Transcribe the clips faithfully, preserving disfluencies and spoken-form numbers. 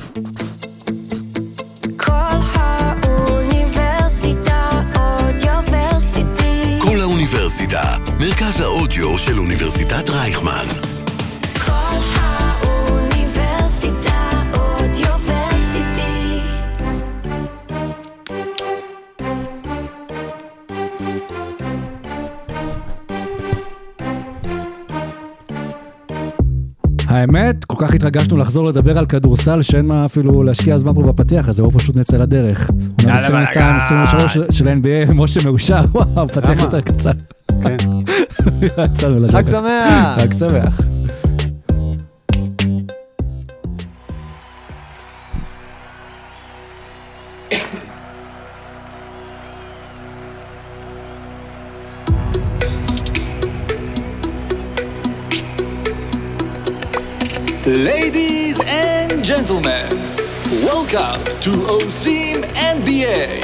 כל האוניברסיטה אודיוורסיטי. כל האוניברסיטה, מרכז האודיו של אוניברסיטת רייכמן. כל האוניברסיטה אודיוורסיטי. האמת, כל כך התרגשנו לחזור לדבר על כדורסל, שאין מה אפילו להשקיע זמן פה בפתיח, אז בואו פשוט נצא לדרך. עשרים ושתיים עשרים ושלוש של אן בי איי, משה מאושר, וואו, פתיח יותר קצר. כן. חג שמח! חג שמח. Ladies and gentlemen, welcome to OSIM אן בי איי.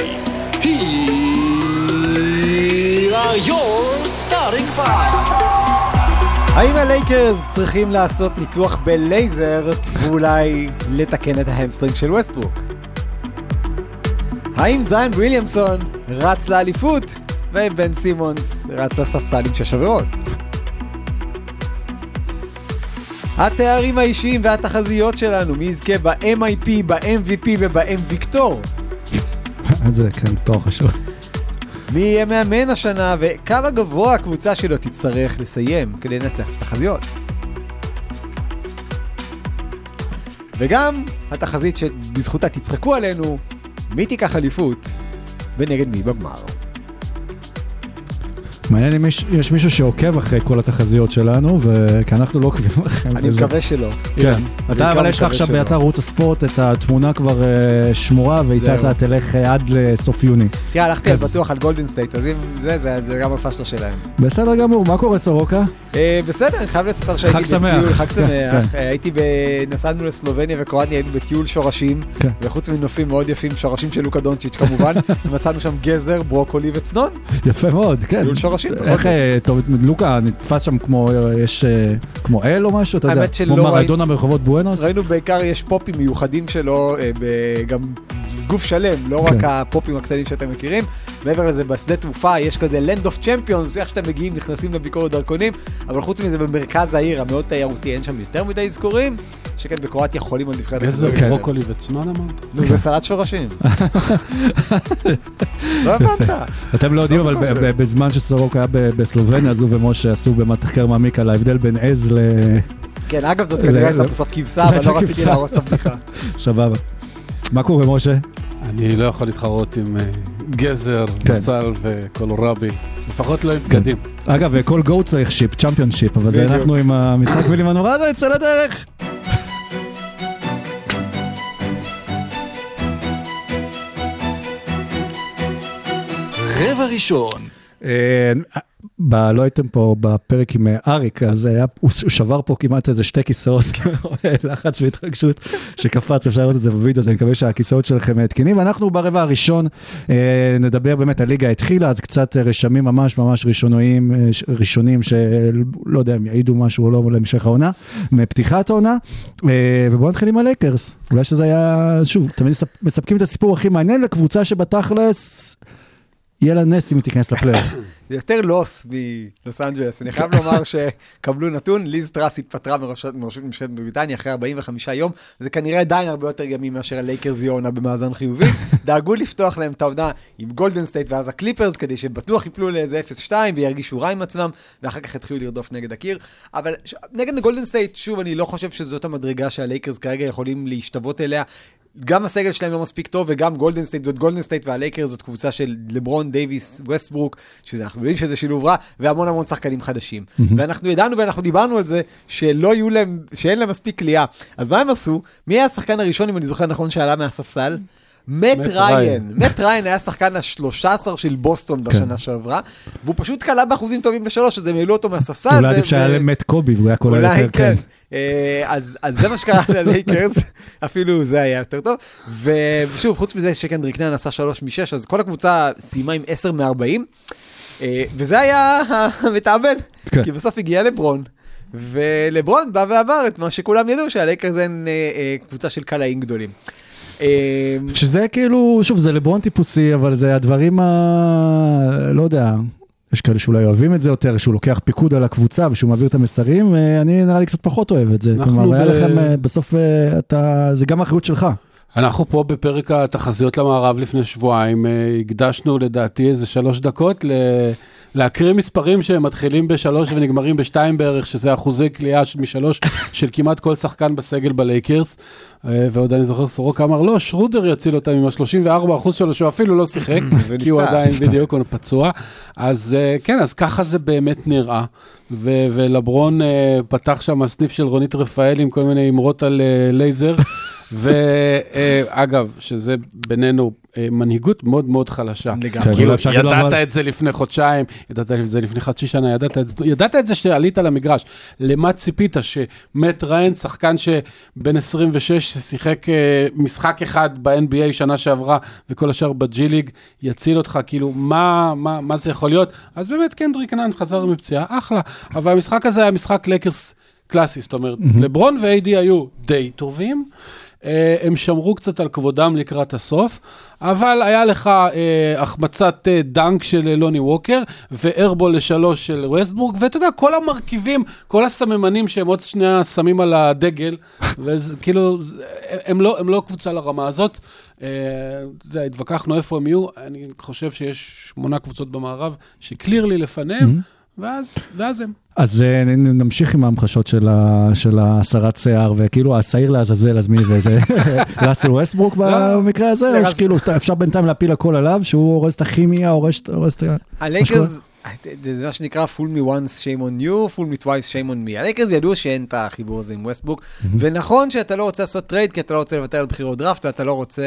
Here are your starting five. האם הלייקרס צריכים לעשות ניתוח בלייזר ואולי לתקן את ההמסטרינג של ווסטברוק? האם זיין וויליאמסון רץ לאליפות ובן סימונס רץ לספסלים של שברות? התארים האישיים והתחזיות שלנו, מי יזכה ב-אם איי פי, ב-אם וי פי וב-אם ויקטור? זה כן, תואר חשוב. מי יהיה מאמן השנה וכמה גבוה הקבוצה שלו תצטרך לסיים כדי לנצח את התחזיות? וגם התחזית שבזכותה תצחקו עלינו, מי תיקח אליפות ונגד מי בגמר? מעניין אם יש מישהו שעוקב אחרי כל התחזיות שלנו, כי אנחנו לא עוקבים לכם. אני מקווה שלא. כן. אתה אבל יש לך עכשיו באתר ערוץ הספורט את התמונה כבר שמורה, ואיתה אתה תלך עד לסוף יוני. תראה, הלכתי על בטוח על גולדן סטייט, אז אם זה, זה גם הפשלה שלהם. בסדר גמור, מה קורה סורוקה? בסדר, אני חייב לספר שהייתי בטיול, חג שמח. הייתי, נסענו לסלובניה וקרואטיה, היינו בטיול שורשים, וחוץ מנופים מאוד יפים, שורשים של לוקה דונצ'יץ' כמובן, מצאנו שם גזר, ברוקולי וצנון. יפה מאוד, כן. טיול שורשים. איך, טוב, לוקה נתפס שם כמו, יש, כמו אל או משהו, אתה יודע, כמו מרדונה ברחובות בואנוס. ראינו בעיקר, יש פופים מיוחדים שלו, גם גוף שלם, לא רק הפופים הקטנים שאתם מכירים. מעבר לזה, בשדה תעופה יש כזה Land of Champions, איך שאתם מגיעים, נכנסים לביקורת דרכונים, אבל חוץ מזה במרכז העיר, המאוד תיירותי, אין שם יותר מדי אזכורים, שכן בקרואטיה יכולים על נבחרת הכדורגל. איזה ברוקולי וצנון אמרת? זה סלט שורשים. לא הבנת. אתם לא יודעים, אבל בזמן שסורוק היה בסלובניה, אז הוא ומשה עשו באמת תחקר מעמיק על ההבדל בין עז ל... כן, אגב, זאת כנראה הייתה בסוף כבשה, אבל לא רציתי להרוס את הבדיחה. שבבה. מה קורה, משה? אני לא יכול להתחרות עם גזר, בצל וקולורבי. לפחות לא עם בגדים. אגב, כל גו צריך שיפ, צ'מפיון שיפ, אבל זה אנחנו עם המשחק מילים הנורא הזה, יצא לדרך. רבע ראשון. לא הייתם פה בפרק עם אריק, אז הוא שבר פה כמעט איזה שתי כיסאות, לחץ והתרגשות שקפץ, אפשר לראות את זה בווידאו, אז אני מקווה שהכיסאות שלכם תקינים, ואנחנו ברבע הראשון נדבר באמת, הליגה התחילה, אז קצת רשמים ממש ממש ראשוניים, ראשונים שלא יודע אם יעידו משהו או לא להמשך העונה, מפתיחת העונה, ובואו נתחיל עם הלייקרס, אולי שזה היה, שוב, תמיד מספקים את הסיפור הכי מעניין לקבוצה שבתכלס, יהיה לה נס אם היא תיכנס לפלייאוף. זה יותר לוס מלוס אנג'לס. אני חייב לומר שקבלו נתון, ליז טראס התפטרה מראשות ממשלת בבריטניה אחרי ארבעים וחמישה יום, זה כנראה עדיין הרבה יותר ימים מאשר הלייקרס יהיה עונה במאזן חיובי. דאגו לפתוח להם את העונה עם גולדן סטייט ואז הקליפרס, כדי שבטוח יפלו לאיזה אפס שתיים וירגישו רע עם עצמם, ואחר כך התחילו לרדוף נגד הקיר. אבל נגד גולדן סטייט, שוב, אני לא חושב שזאת המדרגה שהלייקרס כרגע יכולים להשתוות אליה. גם הסגל שלהם לא מספיק טוב, וגם גולדן סטייט, זאת גולדן סטייט והלייקרס, זאת קבוצה של לברון, דייביס, ווסטברוק, שאנחנו יודעים שזה שילוב רע, והמון המון שחקנים חדשים. Mm-hmm. ואנחנו ידענו ואנחנו דיברנו על זה, שלא יהיו להם, שאין להם מספיק קליעה. אז מה הם עשו? מי היה השחקן הראשון, אם אני זוכר נכון, שעלה מהספסל? מט ריין. מט ריין היה שחקן ה-שלושה עשר של בוסטון בשנה שעברה, והוא פשוט קלה באחוזים טובים לשלוש, אז הם העלו אותו מהספסל. אולי עדיף שהיה להם מט קובי, והוא היה כל היותר, כן. אז זה מה שקרה ללייקרס, אפילו זה היה יותר טוב, ושוב, חוץ מזה שקנדריק נאן עשה שלוש משש, אז כל הקבוצה סיימה עם עשר מארבעים, וזה היה המתאבד, כי בסוף הגיע לברון, ולברון בא ועבר את מה שכולם ידעו, שהלייקרס הם קבוצה של קלעים גדולים. שזה כאילו, שוב, זה לברון טיפוסי, אבל זה הדברים ה... לא יודע, יש כאלה שאולי אוהבים את זה יותר, שהוא לוקח פיקוד על הקבוצה ושהוא מעביר את המסרים, אני נראה לי קצת פחות אוהב את זה. כלומר, היה לכם, בסוף, אתה, זה גם האחריות שלך. אנחנו פה בפרק התחזיות למערב לפני שבועיים, הקדשנו לדעתי איזה שלוש דקות להקריא מספרים שהם מתחילים בשלוש ונגמרים בשתיים בערך, שזה אחוזי קליעה משלוש של כמעט כל שחקן בסגל בלייקרס, ועוד אני זוכר סורוק אמר, לא, שרודר יציל אותם עם ה-שלושים וארבעה אחוז שלו, שהוא אפילו לא שיחק, כי הוא עדיין בדיוק הוא פצוע. אז כן, אז ככה זה באמת נראה, ולברון פתח שם סניף של רונית רפאל עם כל מיני אמרות על לייזר, ואגב, שזה בינינו מנהיגות מאוד מאוד חלשה. כאילו, ידעת את זה לפני חודשיים, ידעת את זה לפני חצי שנה, ידעת את זה שעלית למגרש. למה ציפית שמט ריין, שחקן שבין עשרים ושש, ששיחק משחק אחד ב-אן בי איי שנה שעברה, וכל השאר בג'י ליג, יציל אותך, כאילו, מה, מה, מה זה יכול להיות? אז באמת, קנדריק נאן חזר מפציעה, אחלה. אבל המשחק הזה היה משחק לייקרס קלאסי, זאת אומרת, לברון ו-איי די היו די טובים, הם שמרו קצת על כבודם לקראת הסוף, אבל היה לך החמצת דנק של לוני ווקר, וארבול לשלוש של ווסטבורג, ואתה יודע, כל המרכיבים, כל הסממנים שהם עוד שנייה שמים על הדגל, וכאילו, הם לא, הם לא קבוצה לרמה הזאת, התווכחנו איפה הם יהיו, אני חושב שיש שמונה קבוצות במערב, שקליר לי לפניהם, ואז, ואז הם. אז נמשיך עם ההמחשות של הסרת שיער, וכאילו השעיר לעזאזל, אז מי זה? זה ראסל ווסטברוק במקרה הזה? או שכאילו אפשר בינתיים להפיל הכל עליו, שהוא הורס את הכימיה, הורס את... הלייקרס, זה מה שנקרא fool me once, shame on you, fool me twice, shame on me. הלייקרס ידעו שאין את החיבור הזה עם ווסטברוק, ונכון שאתה לא רוצה לעשות טרייד, כי אתה לא רוצה לוותר על בחירות דראפט, ואתה לא רוצה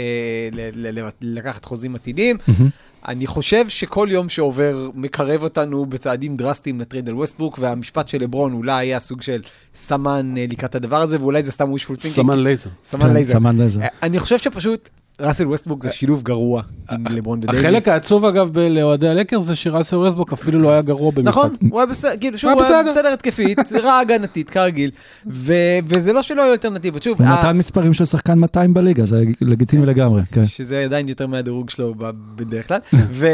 לקחת חוזים עתידים. אני חושב שכל יום שעובר מקרב אותנו בצעדים דרסטיים לטרייד על ווסטברוק, והמשפט של לברון אולי היה סוג של סמן לקראת הדבר הזה, ואולי זה סתם wishful thinking. סמן לייזר. סמן לייזר. אני חושב שפשוט ראסל ווסטברוק זה שילוב גרוע עם לברון ודייביס. החלק העצוב אגב לאוהדי הלייקרס זה שראסל ווסטברוק אפילו לא היה גרוע במשחק. נכון, הוא היה בסדר, כאילו שהוא היה בסדר התקפית, רע הגנתית, כרגיל, וזה לא שלא היה אלטרנטיבות. הוא נתן מספרים של שחקן מאתיים בליגה, זה לגיטימי לגמרי. שזה עדיין יותר מהדירוג שלו בדרך כלל,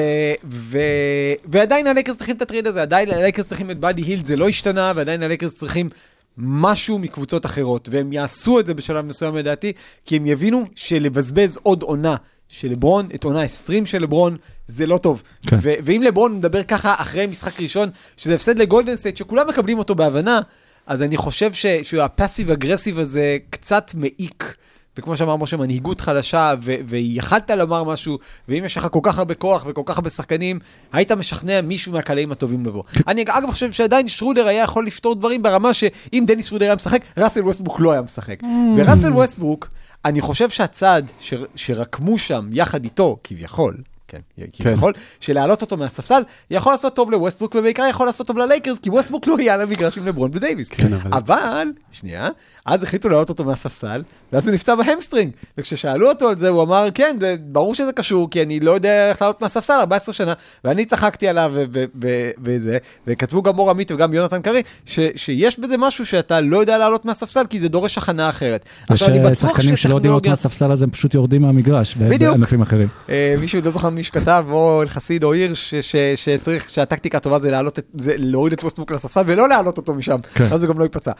ועדיין הלייקרס צריכים את הטרייד הזה, עדיין הלייקרס צריכים את באדי הילד, זה לא השתנה, ועדיין הלייקרס צריכים משהו מקבוצות אחרות, והם יעשו את זה בשלב מסוים לדעתי, כי הם יבינו שלבזבז עוד עונה של לברון, את עונה עשרים של לברון, זה לא טוב. כן. ו- ואם לברון מדבר ככה אחרי משחק ראשון, שזה הפסד לגולדן סטייט, שכולם מקבלים אותו בהבנה, אז אני חושב ש- שהפאסיב אגרסיב הזה קצת מעיק, וכמו שאמר משה, מנהיגות חלשה, ו- ויכלת לומר משהו, ואם יש לך כל כך הרבה כוח וכל כך הרבה שחקנים, היית משכנע מישהו מהקלעים הטובים לבוא. אני אגב חושב שעדיין שרודר היה יכול לפתור דברים ברמה שאם דניס שרודר היה משחק, ראסל ווסטברוק לא היה משחק. וראסל ווסטברוק, אני חושב שהצעד ש- שרקמו שם יחד איתו, כביכול, כן, כביכול, שלהעלות אותו מהספסל, יכול לעשות טוב לווסטברוק, ובעיקר יכול לעשות טוב ללייקרס, כי ווסטברוק לא יהיה על המגרש עם לברון ודייביס. אבל, שנייה, אז החליטו להעלות אותו מהספסל, ואז הוא נפצע בהמסטרינג, וכששאלו אותו על זה, הוא אמר, כן, ברור שזה קשור, כי אני לא יודע איך לעלות מהספסל ארבע עשרה שנה, ואני צחקתי עליו וזה, וכתבו גם מור עמית וגם יונתן קרי, שיש בזה משהו שאתה לא יודע לעלות מהספסל, כי זה דורש הכנה אחרת. ושחקנים שלא יודעים לעלות מהספסל, אז הם פשוט יורדים מהמגרש, בענפים אחרים. מישהו לא זוכר מי שכתב, או חסיד או עיר, שצריך, שהטקטיקה הטובה זה להוריד את ווסטברוק לספסל, ולא להעלות אותו משם, אז הוא גם לא ייפצע.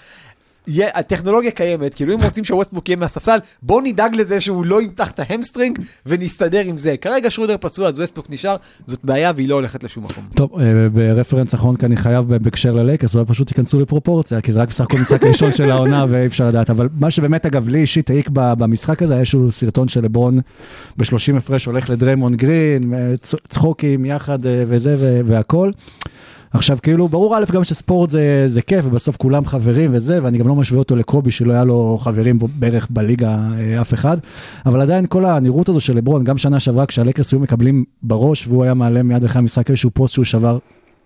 הטכנולוגיה קיימת, כאילו אם רוצים שווסטברוק יהיה מהספסל, בואו נדאג לזה שהוא לא ימתח את ההמסטרינג, ונסתדר עם זה. כרגע שרודר פצוע, אז ווסטברוק נשאר, זאת בעיה, והיא לא הולכת לשום מקום. טוב, ברפרנס אחרון, כי אני חייב בקשר ללייקרס, אולי פשוט ייכנסו לפרופורציה, כי זה רק בסך הכל משחק ראשון של העונה, ואי אפשר לדעת. אבל מה שבאמת, אגב, לי אישית העיק במשחק הזה, היה איזשהו סרטון של לברון ב-שלושים הפרש, הולך לדריימונד גרין, צחוקים יחד וזה והכל. עכשיו, כאילו, ברור א' גם שספורט זה, זה כיף, ובסוף כולם חברים וזה, ואני גם לא משווה אותו לקובי, שלא היה לו חברים בערך בליגה אף אחד, אבל עדיין כל הנראות הזו של לברון, גם שנה שעברה, כשהלייקרס היו מקבלים בראש, והוא היה מעלה מיד אחרי המשחק, איזשהו פוסט שהוא שבר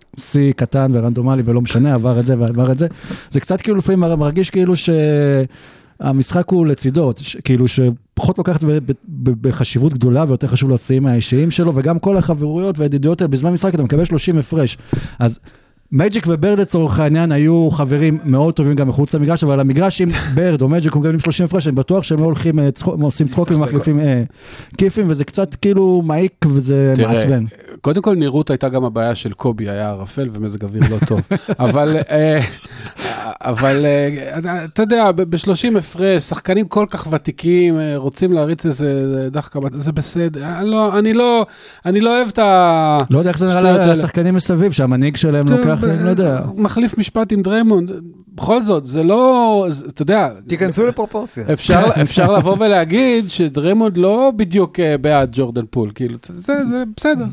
סי קטן ורנדומלי, ולא משנה, עבר את זה ועבר את זה, זה קצת כאילו לפעמים מרגיש כאילו ש... המשחק הוא לצידו, כאילו שפחות לוקח את זה בחשיבות גדולה, ויותר חשוב לעשיים האישיים שלו, וגם כל החברויות והידידויות בזמן משחק, אתה מקבל שלושים הפרש. אז מג'יק וברד לצורך העניין היו חברים מאוד טובים גם מחוץ למגרש, אבל המגרש עם ברד או מג'יק מקבלים שלושים הפרש, אני בטוח שהם לא הולכים, עושים צחוקים ומחליפים כיפים, וזה קצת כאילו מעיק וזה מעצבן. קודם כל נראות הייתה גם הבעיה של קובי, היה ערפל ומזג אוויר לא טוב. אבל, אבל אתה יודע, ב-שלושים הפרש, שחקנים כל כך ותיקים, רוצים להריץ איזה דחקה, זה בסדר. אני לא, אני לא אוהב את ה... לא יודע איך זה נראה לשחקנים מסביב, שהמנהיג שלהם לוקח, אני לא יודע. מחליף משפט עם דריימונד, בכל זאת, זה לא, אתה יודע... תיכנסו לפרופורציה. אפשר לבוא ולהגיד שדריימונד לא בדיוק בעד ג'ורדן פול, כאילו, זה, זה בסדר.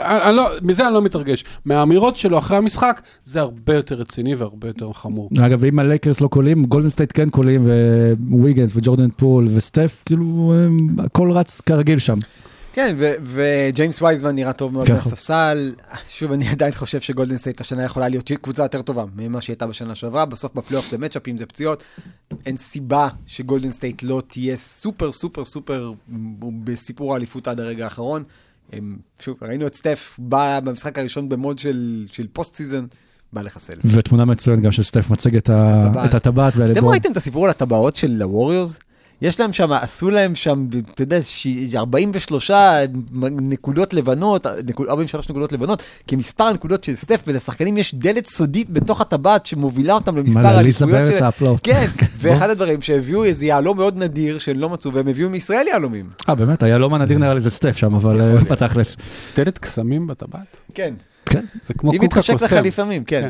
מזה אני לא מתרגש. מהאמירות שלו אחרי המשחק, זה הרבה יותר רציני והרבה יותר חמור. אגב, ואם הלייקרס לא קולים, גולדן סטייט כן קולים, וויגנס וג'ורדן פול וסטף, כאילו, הכל רץ כרגיל שם. כן, וג'יימס וייזמן נראה טוב מאוד בספסל. שוב, אני עדיין חושב שגולדן סטייט השנה יכולה להיות קבוצה יותר טובה ממה שהייתה בשנה שעברה. בסוף בפלייאוף זה מצ'אפים, זה פציעות. אין סיבה שגולדן סטייט לא תהיה סופר, סופר, סופר בסיפור האליפות עד הרגע האחרון. שוב, ראינו את סטף בא במשחק הראשון במוד של, של פוסט סיזן, בא לחסל. ותמונה מצוינת גם של סטף מצג את הטבעת. אתם ראיתם את הסיפור על הטבעות של הווריורס? יש להם שם, עשו להם שם, אתה יודע, ארבעים ושלוש נקודות לבנות, ארבעים ושלוש נקודות לבנות, כי מספר הנקודות של סטף ולשחקנים יש דלת סודית בתוך הטבעת שמובילה אותם למספר האליפויות שלהם. כן, ואחד הדברים שהביאו איזה יעלום מאוד נדיר שלא מצאו, והם הביאו מישראל יעלומים. אה, באמת, היעלום הנדיר נראה לי זה סטף שם, אבל פתח לס. דלת קסמים בטבעת? כן. כן. זה כמו קוקה קוסם. היא מתחשק לך לפעמים, כן.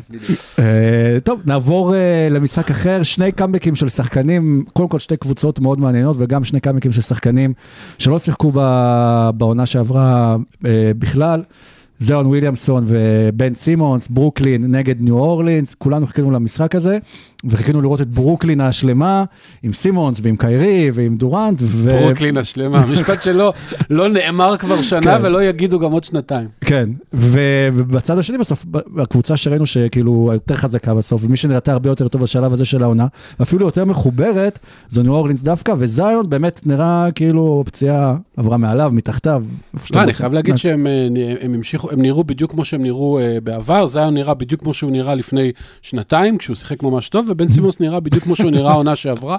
טוב, נעבור למשחק אחר, שני קאמבקים של שחקנים, קודם כל שתי קבוצות מאוד מעניינות, וגם שני קאמבקים של שחקנים שלא שיחקו בעונה שעברה בכלל, זיון וויליאמסון ובן סימונס, ברוקלין נגד ניו אורלינס, כולנו חיכינו למשחק הזה, וחיכינו לראות את ברוקלין השלמה, עם סימונס ועם קיירי ועם דורנט. ו... ברוקלין השלמה, משפט שלא לא נאמר כבר שנה כן. ולא יגידו גם עוד שנתיים. כן, ו... ובצד השני בסוף, הקבוצה שראינו שכאילו יותר חזקה בסוף, ומי שנראתה הרבה יותר טוב בשלב הזה של העונה, ואפילו יותר מחוברת, זו ניו אורלינס דווקא, וזיון באמת נראה כאילו פציעה עברה מעליו, מתחתיו. לא, אני חייב להגיד שהם הם המשיכו, הם נראו בדיוק כמו שהם נראו בעבר, זיון נראה בדיוק כמו שהוא נראה לפני שנתיים, כשהוא שיחק ממש טוב, ובן סימונס נראה בדיוק כמו שהוא נראה העונה שעברה,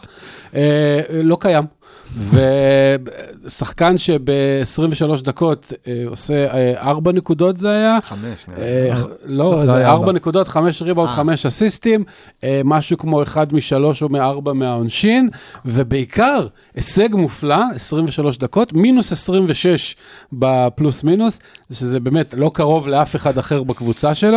לא קיים. ושחקן שב-עשרים ושלוש דקות עושה ארבע נקודות זה היה. חמש. לא, זה ארבע נקודות, חמש ריבאונד, חמש אסיסטים, משהו כמו אחד משלוש או מארבע מהעונשין, ובעיקר הישג מופלא, עשרים ושלוש דקות, מינוס עשרים ושש בפלוס מינוס, שזה באמת לא קרוב לאף אחד אחר בקבוצה שלו.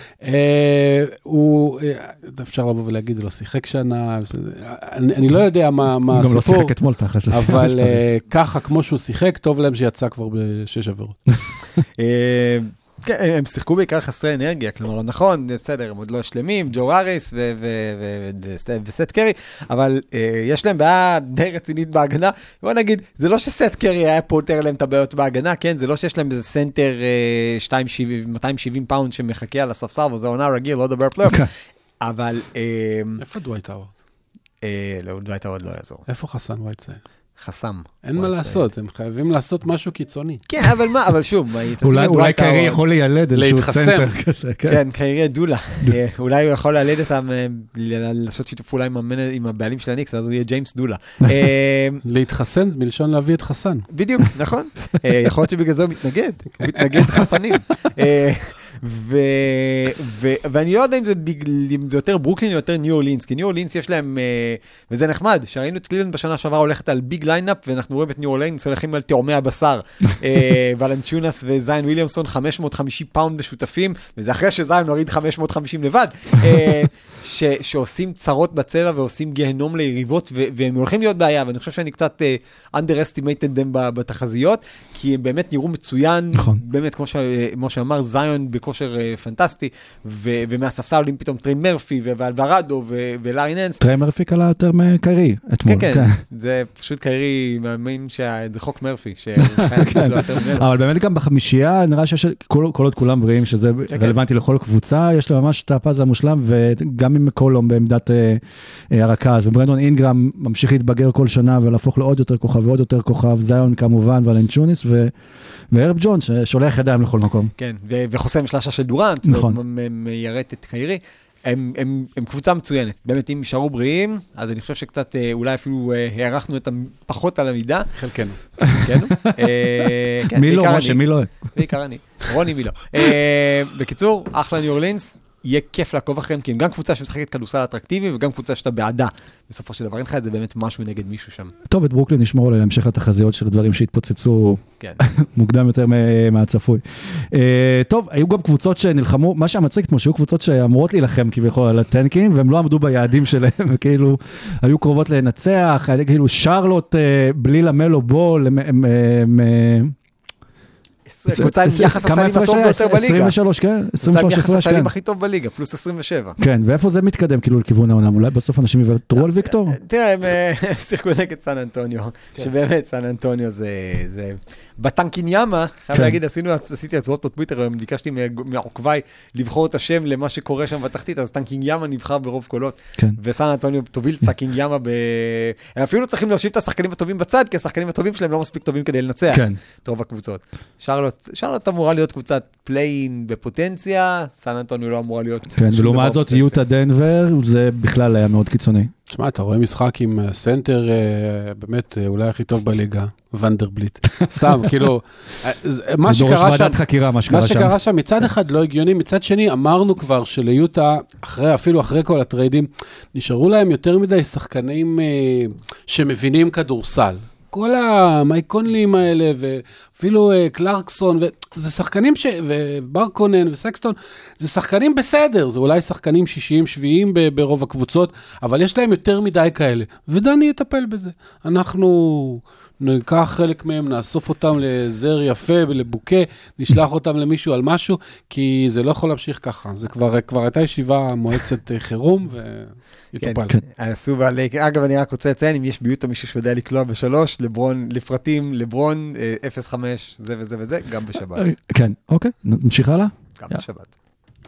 הוא, אפשר לבוא ולהגיד, לא שיחק שנה, אני לא יודע מה הסיפור. גם לא שיחק אתמול תכלס. אבל ככה, כמו שהוא שיחק, טוב להם שיצא כבר בשש עבירות. כן, הם שיחקו בעיקר חסרי אנרגיה, כלומר, נכון, בסדר, הם עוד לא שלמים, ג'ו אריס וסט קרי, אבל יש להם בעיה די רצינית בהגנה. בוא נגיד, זה לא שסט קרי היה פותר להם את הבעיות בהגנה, כן, זה לא שיש להם איזה סנטר מאתיים שבעים פאונד שמחכה על הספסל, וזה עונה רגיל, לא דבר פלייאוף, אבל... איפה דווייט האוורד? לא, דווייט האוורד לא יעזור. איפה חסן וייטסייד? חסם. אין מה לעשות, הם חייבים לעשות משהו קיצוני. כן, אבל מה, אבל שוב, אולי קיירי יכול לילד איזשהו סנטר כזה. כן, קיירי דולה. אולי הוא יכול לילד אותם, לעשות שיתוף פעולה עם הבעלים של הניקס, אז הוא יהיה ג'יימס דולה. להתחסן, זה מלשון להביא את חסן. בדיוק, נכון. יכול להיות שבגלל זה הוא מתנגד. הוא מתנגד חסנים. ו... ו... ואני לא יודע אם זה, אם זה יותר ברוקלין או יותר ניו אורלינס, כי ניו אורלינס יש להם, וזה נחמד, שראינו את קליבלנד בשנה שעברה הולכת על ביג ליינאפ, ואנחנו רואים את ניו אורלינס הולכים על תאומי הבשר, ולנצ'ונס וזיין וויליאמסון חמש מאות וחמישים פאונד משותפים, וזה אחרי שזיין נוריד חמש מאות וחמישים לבד, ש... שעושים צרות בצבע ועושים גהנום ליריבות, ו... והם הולכים להיות בעיה, ואני חושב שאני קצת underestimated them בתחזיות, כי הם באמת נראו מצוין, נכון. באמת, כמו, ש... כמו שאמר, זיון בכושר פנטסטי, ו... ומהספסל עולים פתאום טרי מרפי, ואלוורדו, ו... ולארי ננס. טרי מרפי קלה יותר מקיירי, אתמול. כן, כן, זה פשוט קיירי, מאמין שזה חוק מרפי, שחייב לו יותר ממנו. אבל באמת גם בחמישייה, נראה שיש, כל עוד כולם בריאים, שזה רלוונטי לכל קבוצה, יש לה ממש את הפאזל המושלם, וגם עם קולום בעמדת הרכז, וברנדון אינגרם ממשיך להתבגר כל שנה, ולהפוך לעוד יותר כוכב ועוד יותר כוכב, זיון כמובן, ולנצ'וניס, והרב ג'ון, ששולח ידיים לכל מקום. כן, וחוסם השלשה של דורנט, נכון. ומיירט את קיירי. הם, הם, הם קבוצה מצוינת. באמת, אם נשארו בריאים, אז אני חושב שקצת, אולי אפילו הערכנו אותם פחות על המידה. חלקנו. חלקנו. מי לא, משה, מי לא? בעיקר אני. רוני מי לא. בקיצור, אחלה ניו אורלינס, יהיה כיף לעקוב אחריהם, כי הם גם קבוצה שמשחקת כדורסל אטרקטיבי, וגם קבוצה שאתה בעדה. בסופו של דבר, אין לך את זה באמת משהו נגד מישהו שם. טוב, את ברוקלין נשמור עליהם להמשך לתחזיות של הדברים שהתפוצצו מוקדם יותר מהצפוי. טוב, היו גם קבוצות שנלחמו, מה שהמצחיק כמו שהיו קבוצות שאמורות להילחם כביכול על הטנקים, והם לא עמדו ביעדים שלהם, וכאילו היו קרובות לנצח, כאילו שרלוט בלי למלו בול, קבוצה עם יחס הסלים הטוב ביותר בליגה. עשרים ושלוש, כן. קבוצה עם יחס הסלים הכי טוב בליגה, פלוס עשרים ושבע. כן, ואיפה זה מתקדם כאילו לכיוון העונה? אולי בסוף אנשים יוותרו על ויקטור? תראה, הם שיחקו נגד סן אנטוניו, שבאמת סן אנטוניו זה... בטנקיניימה, חייב להגיד, עשיתי הצרות בטוויטר, ביקשתי מעוקביי לבחור את השם למה שקורה שם בתחתית, אז טנקיניימה נבחר ברוב קולות, וסן אנטוניו תוביל את טנקיניימה ב... הם אפילו צריכים להושיב את השחקנים הטובים בצד, כי השחקנים הטובים שלהם לא מספיק טובים כדי לנצח את רוב הקבוצות. שרלוט, שרלוט אמורה להיות קבוצת פליין בפוטנציה, סן אנטוניו לא אמורה להיות... כן, ולעומת זאת יוטה דנבר, זה בכלל היה מאוד קיצוני. תשמע, אתה רואה משחק עם סנטר, באמת, אולי הכי טוב בליגה, ונדרבליט. סתם, כאילו, מה שקרה שם, חקירה, מה שקרה מה שקרה שם, מצד אחד לא הגיוני, מצד שני, אמרנו כבר שליוטה, אחרי, אפילו אחרי כל הטריידים, נשארו להם יותר מדי שחקנים שמבינים כדורסל. כל המייקונלים האלה, ואפילו קלרקסון, זה שחקנים, ש... וברקונן וסקסטון, זה שחקנים בסדר, זה אולי שחקנים שישיים, שביעים ברוב הקבוצות, אבל יש להם יותר מדי כאלה, ודני יטפל בזה. אנחנו ניקח חלק מהם, נאסוף אותם לזר יפה, לבוקה, נשלח אותם למישהו על משהו, כי זה לא יכול להמשיך ככה. זה כבר, כבר הייתה ישיבה מועצת חירום, ויטופל. כן, עשו והלייקר. אגב, אני רק רוצה לציין, אם יש ביוטה מישהו שיודע לקלוע בשלוש, לברון, לפרטים, לברון, אפס חמש, זה וזה וזה, גם בשבת. כן, אוקיי, נמשיך הלאה? גם בשבת.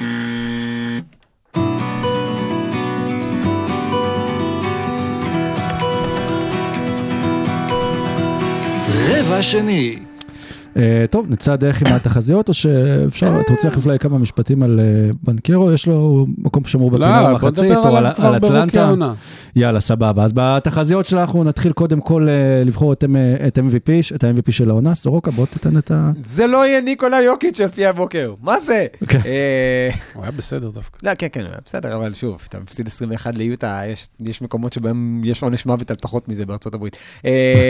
רבע שני. טוב, נצא דרך עם התחזיות, או שאפשר, אתה רוצה אולי כמה משפטים על בנקרו, יש לו מקום שמור בפינה המחצית, או על אטלנטה? יאללה, סבבה. אז בתחזיות שלנו נתחיל קודם כל לבחור את אם וי פי, את ה-אם וי פי של העונה. סורוקה, בוא תתן את ה... זה לא יהיה ניקולה יוקיץ' לפי הבוקר. מה זה? הוא היה בסדר דווקא. לא, כן, כן, הוא היה בסדר, אבל שוב, אתה מפסיד עשרים ואחת ליוטה, יש מקומות שבהם יש עונש מוות על פחות מזה בארצות הברית.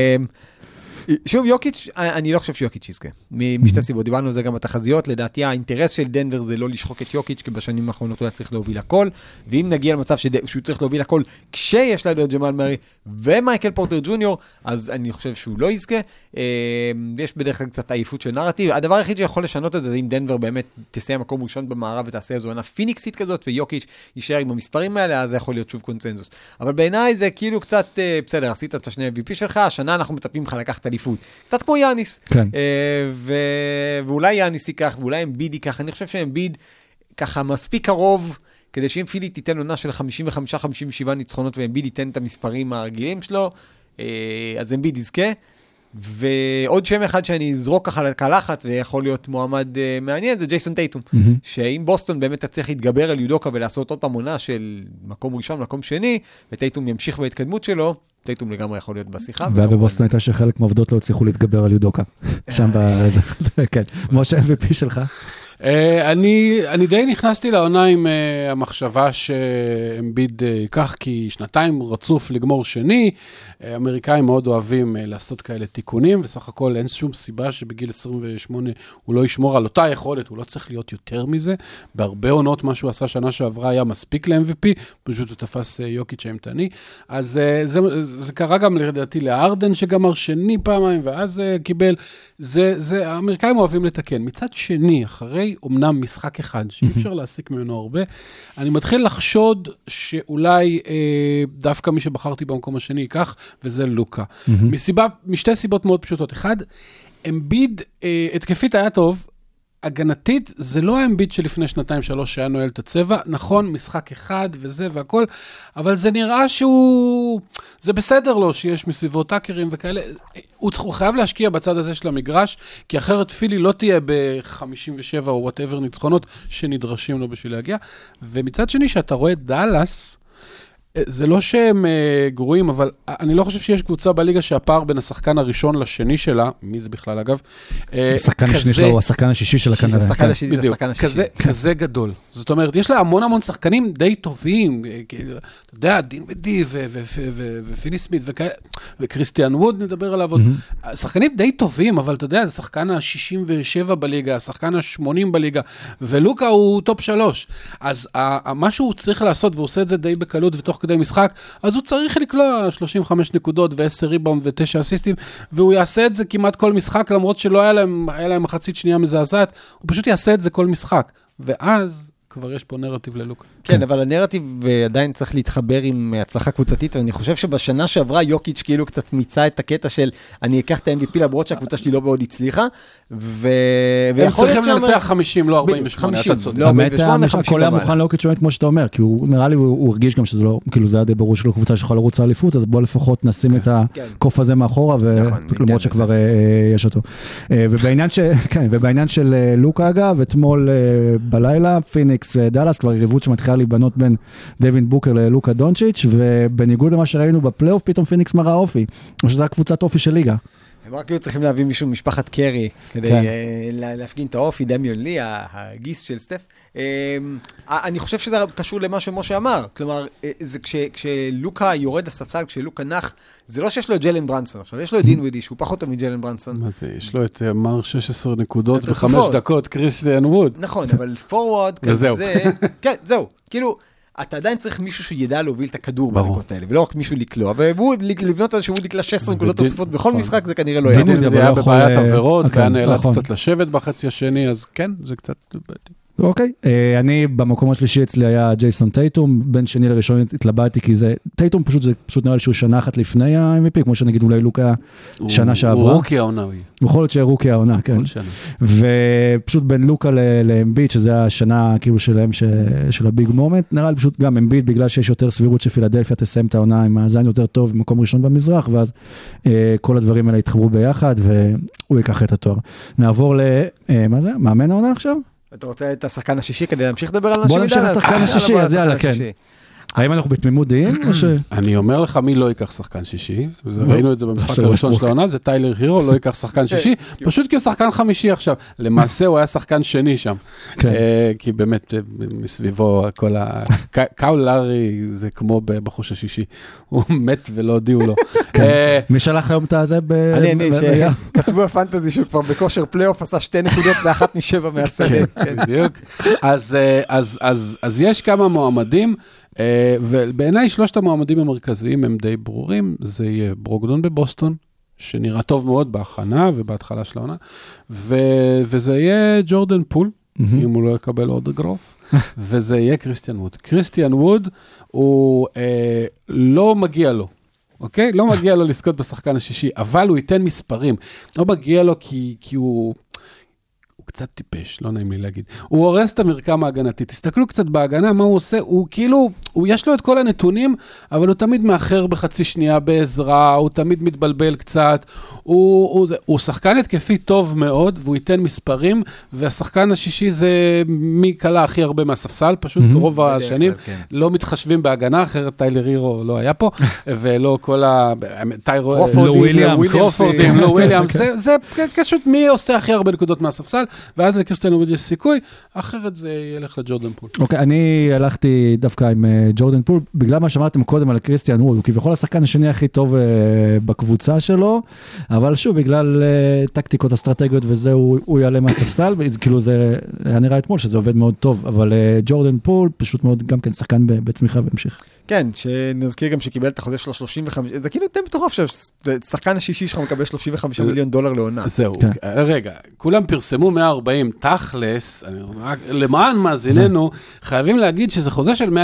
שוב, יוקיץ', אני לא חושב שיוקיץ' יזכה. משתי סיבות, דיברנו על זה גם בתחזיות, לדעתי האינטרס של דנבר זה לא לשחוק את יוקיץ', כי בשנים האחרונות הוא היה צריך להוביל הכל, ואם נגיע למצב שהוא צריך להוביל הכל, כשיש לידו את ג'מאל מרי ומייקל פורטר ג'וניור, אז אני חושב שהוא לא יזכה. יש בדרך כלל קצת עייפות של נרטיב. הדבר היחיד שיכול לשנות את זה, זה אם דנבר באמת תסיים מקום ראשון במערב ותעשה איזו עונה פיניקסית כזאת, ויוקיץ' יישאר עם המספרים האלה, אז זה יכול להיות שוב קונצנזוס. אבל בעיניי זה כאילו קצת, בסדר, עשית את השני אם וי פי שלך, השנה אנחנו מצפים לך לקחת אליפות. קצת כמו יאניס. כן. ו... ואולי יאניס ייקח, ואולי אמביד ייקח. אני חושב שאמביד ככה מספיק קרוב, כדי שאם פילי תיתן עונה של חמישים וחמש חמישים ושבע ניצחונות, ואמביד ייתן את המספרים הרגילים שלו, אז אמביד יזכה. ועוד שם אחד שאני אזרוק ככה לקלחת, ויכול להיות מועמד מעניין, זה ג'ייסון טייטום. Mm-hmm. שאם בוסטון באמת תצליח להתגבר על יודוקה, ולעשות עוד פעם עונה של מקום ראשון, מקום שני, וטייטום ימשיך בהתקדמות שלו, טייטום לגמרי יכול להיות בשיחה. ובבוסטון הייתה שחלק מעובדות לא הצליחו להתגבר על יודוקה. שם בזה, כן. משה אם וי פי שלך? אני, אני די נכנסתי לעונה עם uh, המחשבה שאמביד uh, ייקח, כי שנתיים רצוף לגמור שני, uh, אמריקאים מאוד אוהבים uh, לעשות כאלה תיקונים, וסך הכל אין שום סיבה שבגיל עשרים ושמונה הוא לא ישמור על אותה יכולת, הוא לא צריך להיות יותר מזה, בהרבה עונות מה שהוא עשה שנה שעברה היה מספיק ל-אם וי פי, פשוט הוא תפס uh, יוקיץ' האימתני, אז uh, זה, זה קרה גם לדעתי לארדן שגמר שני פעמיים, ואז uh, קיבל, זה, זה, האמריקאים אוהבים לתקן, מצד שני, אחרי אומנם משחק אחד, שאי אפשר להסיק ממנו הרבה, אני מתחיל לחשוד שאולי אה, דווקא מי שבחרתי במקום השני ייקח, וזה לוקה. מסיבה, משתי סיבות מאוד פשוטות. אחד, אמביד, אה, התקפית היה טוב, הגנתית, זה לא האמביט שלפני שנתיים שלוש שהיה נועל את הצבע, נכון, משחק אחד וזה והכל, אבל זה נראה שהוא, זה בסדר לו שיש מסביבו טאקרים וכאלה, הוא, הוא חייב להשקיע בצד הזה של המגרש, כי אחרת פילי לא תהיה ב-חמישים ושבע או whatever ניצחונות שנדרשים לו בשביל להגיע, ומצד שני שאתה רואה דלס, זה לא שהם uh, גרועים, אבל אני לא חושב שיש קבוצה בליגה שהפער בין השחקן הראשון לשני שלה, מי זה בכלל אגב? השחקן השני שלו הוא השחקן השישי שלה כנראה. השחקן השני זה השחקן השישי. כזה, כזה גדול. זאת אומרת, יש לה המון המון שחקנים די טובים, אתה יודע, דין ודי ופיני סמית וקריסטיאן ווד, נדבר עליו עוד. שחקנים די טובים, אבל אתה יודע, זה שחקן ה-שישים ושבע בליגה, השחקן ה-שמונים בליגה, ולוקה הוא טופ שלוש. אז מה שהוא צריך לעשות, והוא עושה את זה די בקלות ותוך כדי משחק, אז הוא צריך לקלוע שלושים וחמש נקודות ו-עשר ריבאונד ו-תשע אסיסטים, והוא יעשה את זה כמעט כל משחק, למרות שלא היה להם, היה להם מחצית שנייה מזעזעת, הוא פשוט יעשה את זה כל משחק. ואז כבר יש פה נרטיב ללוקה. כן, אבל הנרטיב עדיין צריך להתחבר עם הצלחה קבוצתית, ואני חושב שבשנה שעברה יוקיץ' כאילו קצת מיצה את הקטע של אני אקח את ה-אם וי פי למרות שהקבוצה שלי לא מאוד הצליחה, ו... הם צריכים לנצח חמישים, לא ארבעים ושמונה, אתה צודק. באמת, הכל היה מוכן ליוקיץ' באמת כמו שאתה אומר, כי הוא נראה לי, הוא הרגיש גם שזה לא, כאילו זה היה די ברור שלו קבוצה שיכולה לרוץ לאליפות, אז בוא לפחות נשים את הקוף הזה מאחורה, למרות שכבר יש אותו. ובעניין של לוקה אגב, אתמול בלילה, פיניקס דלס, כבר יריבות שמתחילה להיבנות בין דווין בוקר ללוקה דונצ'יץ', ובניגוד למה שראינו בפלייאוף, פתאום פיניקס מראה אופי, או שזו הקבוצת אופי של ליגה. הם רק היו צריכים להביא מישהו משפחת קרי, כדי להפגין את האופי, דמיון לי, הגיס של סטף. אני חושב שזה קשור למה שמשה אמר, כלומר, כשלוקה יורד לספסל, כשלוקה נח, זה לא שיש לו את ג'לן ברנסון, עכשיו יש לו את דין ווידי, שהוא פחות טוב מג'לן ברנסון. מה זה, יש לו את מר שש עשרה נקודות בחמש דקות, קריסטיאן ווד. נכון, אבל פורוורד כזה, כן, זהו, כאילו, אתה עדיין צריך מישהו שידע להוביל את הכדור בדקות האלה, ולא רק מישהו לקלוע, ובוד, לבנות על שהוא לקלע שש עשרה נקודות תוצפות בכל משחק, זה כנראה לא יעמוד. זה היה בבעיית עבירות, והיה נאלץ קצת לשבת בחצי השני, אז כן, זה קצת... אוקיי, אני במקום השלישי אצלי היה ג'ייסון טייטום, בין שני לראשון התלבטתי, כי זה, טייטום פשוט, זה פשוט נראה לי שהוא שנה אחת לפני ה-אם וי פי, כמו שנגיד אולי לוקה שנה שעברה. הוא רוקי העונה. יכול להיות שרוקי העונה, כן. ופשוט בין לוקה לאמביט, שזה השנה כאילו שלהם, של הביג מומנט, נראה לי פשוט גם אמביט, בגלל שיש יותר סבירות שפילדלפיה תסיים את העונה עם מאזן יותר טוב, במקום ראשון במזרח, ואז כל הדברים האלה יתחברו ביחד, והוא ייקח את התואר. נעבור ל... מה זה? מאמן העונה עכשיו? אתה רוצה את השחקן השישי כדי להמשיך לדבר על אנשים בוא נמשיך לשחקן השישי, אז יאללה, כן. האם אנחנו בתמימות דעים? אני אומר לך מי לא ייקח שחקן שישי, ראינו את זה במשחק הראשון של העונה, זה טיילר הירו, לא ייקח שחקן שישי, פשוט כי הוא שחקן חמישי עכשיו. למעשה הוא היה שחקן שני שם, כי באמת מסביבו כל ה... קאול לארי זה כמו בחוש השישי, הוא מת ולא הודיעו לו. מי שלח היום את הזה ב... אני, אני, שכתבו בפנטזי שהוא כבר בכושר פלייאוף, עשה שתי נקודות לאחת משבע מהשדה. בדיוק. אז יש כמה מועמדים, ובעיניי שלושת המועמדים המרכזיים הם די ברורים, זה יהיה ברוקדון בבוסטון, שנראה טוב מאוד בהכנה ובהתחלה של העונה, וזה יהיה ג'ורדן פול, אם הוא לא יקבל עוד גרוף, וזה יהיה קריסטיאן ווד. קריסטיאן ווד הוא לא מגיע לו, אוקיי? לא מגיע לו לזכות בשחקן השישי, אבל הוא ייתן מספרים. לא מגיע לו כי, כי הוא... קצת טיפש, לא נעים לי להגיד. הוא הורס את המרקם ההגנתי. תסתכלו קצת בהגנה, מה הוא עושה? הוא כאילו, הוא יש לו את כל הנתונים, אבל הוא תמיד מאחר בחצי שנייה בעזרה, הוא תמיד מתבלבל קצת, הוא, הוא, הוא שחקן התקפי טוב מאוד, והוא ייתן מספרים, והשחקן השישי זה מי קלה הכי הרבה מהספסל, פשוט mm-hmm. רוב השנים, כן. לא מתחשבים בהגנה, אחרת טיילר הירו לא היה פה, ולא כל ה... טיירו... לא וויליאמס. קרופורדים, לא וויליאמס. זה, זה פשוט מי עושה הכי הרבה נקודות מהספסל, ואז לקריסטיאן ווד יש סיכוי, אחרת זה ילך לג'ורדן פול. אוקיי, אני הלכתי דווקא עם ג'ורדן פול, בגלל מה שאמרתם קודם על קריסטיאן ווד, הוא כביכול השחקן השני הכי טוב בקבוצה שלו, אבל שוב, בגלל טקטיקות אסטרטגיות וזה, הוא יעלה מהספסל, וכאילו זה היה נראה אתמול שזה עובד מאוד טוב, אבל ג'ורדן פול פשוט מאוד גם כן שחקן בצמיחה והמשיך. כן, שנזכיר גם שקיבל את החוזה שלו שלושים וחמישה, זה כאילו די מטורף ששחקן השישי שלך מקבל שלושים וחמישה מיליון דולר לעונה. זהו, רגע, כולם פרסמו מאה וארבעים, תכלס, למען מאזיננו, חייבים להגיד שזה חוזה של מאה עשרים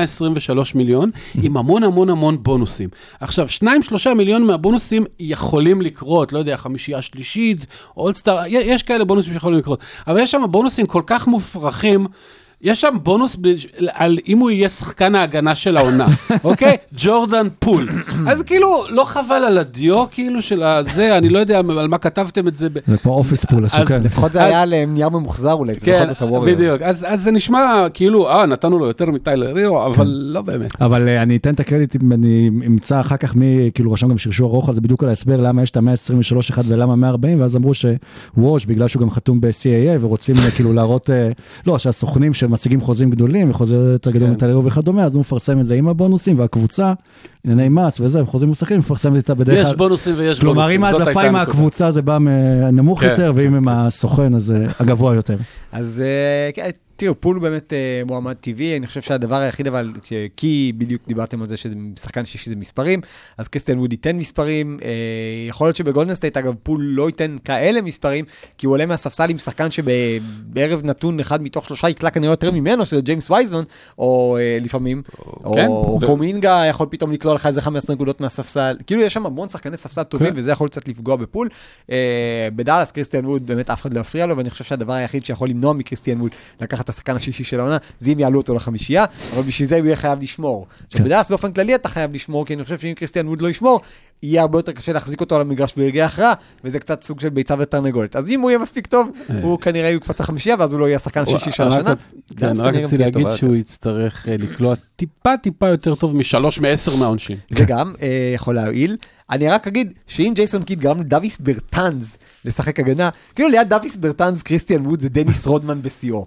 ושלושה מיליון, עם המון המון המון בונוסים. עכשיו, שניים, שלושה מיליון מהבונוסים יכולים לקרות, לא יודע, חמישייה שלישית, אולסטאר, יש כאלה בונוסים שיכולים לקרות, אבל יש שם בונוסים כל כך מופרכים, יש שם בונוס על אם הוא יהיה שחקן ההגנה של העונה, אוקיי? ג'ורדן פול. אז כאילו, לא חבל על הדיו, כאילו, של הזה, אני לא יודע על מה כתבתם את זה. זה כמו אופיס פול, לפחות זה היה לנייר ממוחזר אולי, זה בכל זאת הווריורס. בדיוק, אז זה נשמע כאילו, אה, נתנו לו יותר מטיילר הירו, אבל לא באמת. אבל אני אתן את הקרדיט, אני אמצא אחר כך מי, כאילו, רשם גם שרשור ארוך, אז זה בדיוק על ההסבר למה יש את ה-מאה עשרים ושלוש אחד ולמה מאה וארבעים, ואז אמרו שוואש, בגלל שהוא גם חתום ב-סי איי איי, ורוצים כאילו להראות, לא, שהסוכנים שמשיגים חוזים גדולים, וחוזים יותר גדולים מטלרו וכדומה, אז הוא מפרסם את זה עם הבונוסים, והקבוצה, ענייני מס וזה, וחוזים מוסכים, מפרסם את זה בדרך כלל. יש בונוסים ויש כלומר, בונוסים. כלומר, אם ההדלפה עם הקבוצה זה בא נמוך יותר, ואם עם הסוכן, אז הגבוה יותר. אז תראו, פול הוא באמת מועמד טבעי, אני חושב שהדבר היחיד, אבל כי בדיוק דיברתם על זה שזה שחקן שישי זה מספרים, אז קריסטיאן ווד ייתן מספרים, יכול להיות שבגולדן סטייט, אגב, פול לא ייתן כאלה מספרים, כי הוא עולה מהספסל עם שחקן שבערב נתון אחד מתוך שלושה יקלה כנראה יותר ממנו, שזה ג'יימס וייזמן, או לפעמים, או קומינגה יכול פתאום לקלוע לך איזה חמש עשרה נקודות מהספסל, כאילו יש שם המון שחקני ספסל טובים, וזה יכול קצת לפגוע בפול. בדאלאס, קריסטיאן ווד באמת אף אחד לא יפריע לו, ואני חושב שהדבר היחיד שיכול למנוע מקריסטיאן ווד לקחת את השחקן השישי של העונה, זה אם יעלו אותו לחמישייה, אבל בשביל זה הוא יהיה חייב לשמור. עכשיו, בדאלאס באופן כללי אתה חייב לשמור, כי אני חושב שאם קריסטיאן ווד לא ישמור, יהיה הרבה יותר קשה להחזיק אותו על המגרש ברגעי הכרעה, וזה קצת סוג של ביצה ותרנגולת. אז אם הוא יהיה מספיק טוב, הוא כנראה יקפץ לחמישייה, ואז הוא לא יהיה השחקן השישי של השנה. כן, רק רציתי להגיד שהוא יצטרך לקלוע טיפה טיפה יותר טוב משלוש מעשר מהעונשין. זה גם יכול להועיל. אני רק אגיד שאם ג'ייסון קיד גרם לדוויס ברטנז לשחק הגנה, כאילו ליד דוויס ברטנז, קריסטיאן ווד זה דניס רודמן בסיור.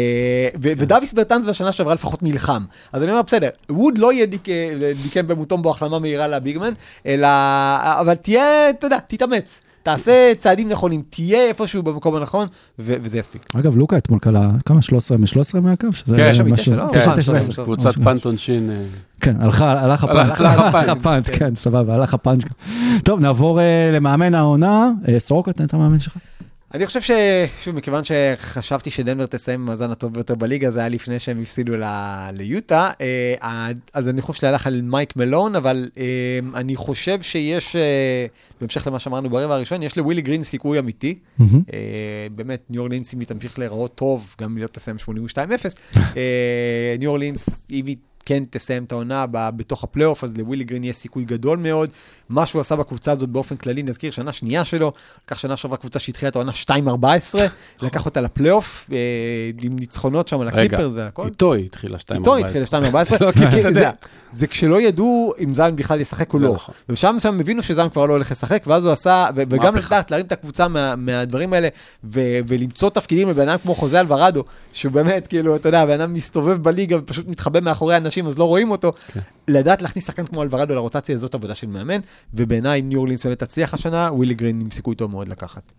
ודוויס ברטנז בשנה שעברה לפחות נלחם. אז אני אומר, בסדר, ווד לא יהיה דיקם במוטום בו החלמה מהירה לביגמן, אלא, אבל תהיה, אתה יודע, תתאמץ. תעשה צעדים נכונים, תהיה איפשהו במקום הנכון, וזה יספיק. אגב, לוקה אתמול קלה, כמה? שלוש עשרה מ-שלוש עשרה מהקו? כן, שם מתקה, לא? קבוצת פנטונשין. כן, הלך הפאנט, כן, סבבה, הלך הפאנט. טוב, נעבור למאמן העונה. סורוקה, תן את המאמן שלך. אני חושב ש... שוב, מכיוון שחשבתי שדנבר תסיים במאזן הטוב ביותר בליגה, זה היה לפני שהם הפסידו ליוטה, אז אני חושב שהלך על מייק מלון, אבל אני חושב שיש, בהמשך למה שאמרנו ברבע הראשון, יש לווילי גרין סיכוי אמיתי. באמת, ניו אורלינס, אם היא תמשיך להיראות טוב, גם להיות תסיים שמונים ושתיים אפס, ניו אורלינס, אם היא כן תסיים את העונה בתוך הפלייאוף, אז לווילי גרין יהיה סיכוי גדול מאוד. מה שהוא עשה בקבוצה הזאת באופן כללי, נזכיר שנה שנייה שלו, לקח שנה שעברה קבוצה שהתחילה את העונה שתיים ארבע עשרה, לקח אותה לפלייאוף, עם ניצחונות שם על הקליפרס והכל. איתו היא התחילה שתיים ארבע עשרה. איתו היא התחילה שתיים ארבע עשרה, זה כשלא ידעו אם זן בכלל ישחק או לא. ושם הם הבינו שזן כבר לא הולך לשחק, ואז הוא עשה, וגם לדעת להרים את הקבוצה מהדברים האלה, ולמצוא תפקידים לבן כמו חוזה אלוורדו, שבאמת, כאילו, אתה יודע, בן אדם מסתובב בליגה ופשוט מתחבא מאחורי אנשים, אז לא רואים אותו. לדעת להכניס שחקן כמו אלוורדו לרוטציה, זאת עבודה של מאמן, ובעיניי אם ניו אורלינס באמת תצליח השנה, ווילי גרין עם סיכוי טוב מאוד לקחת.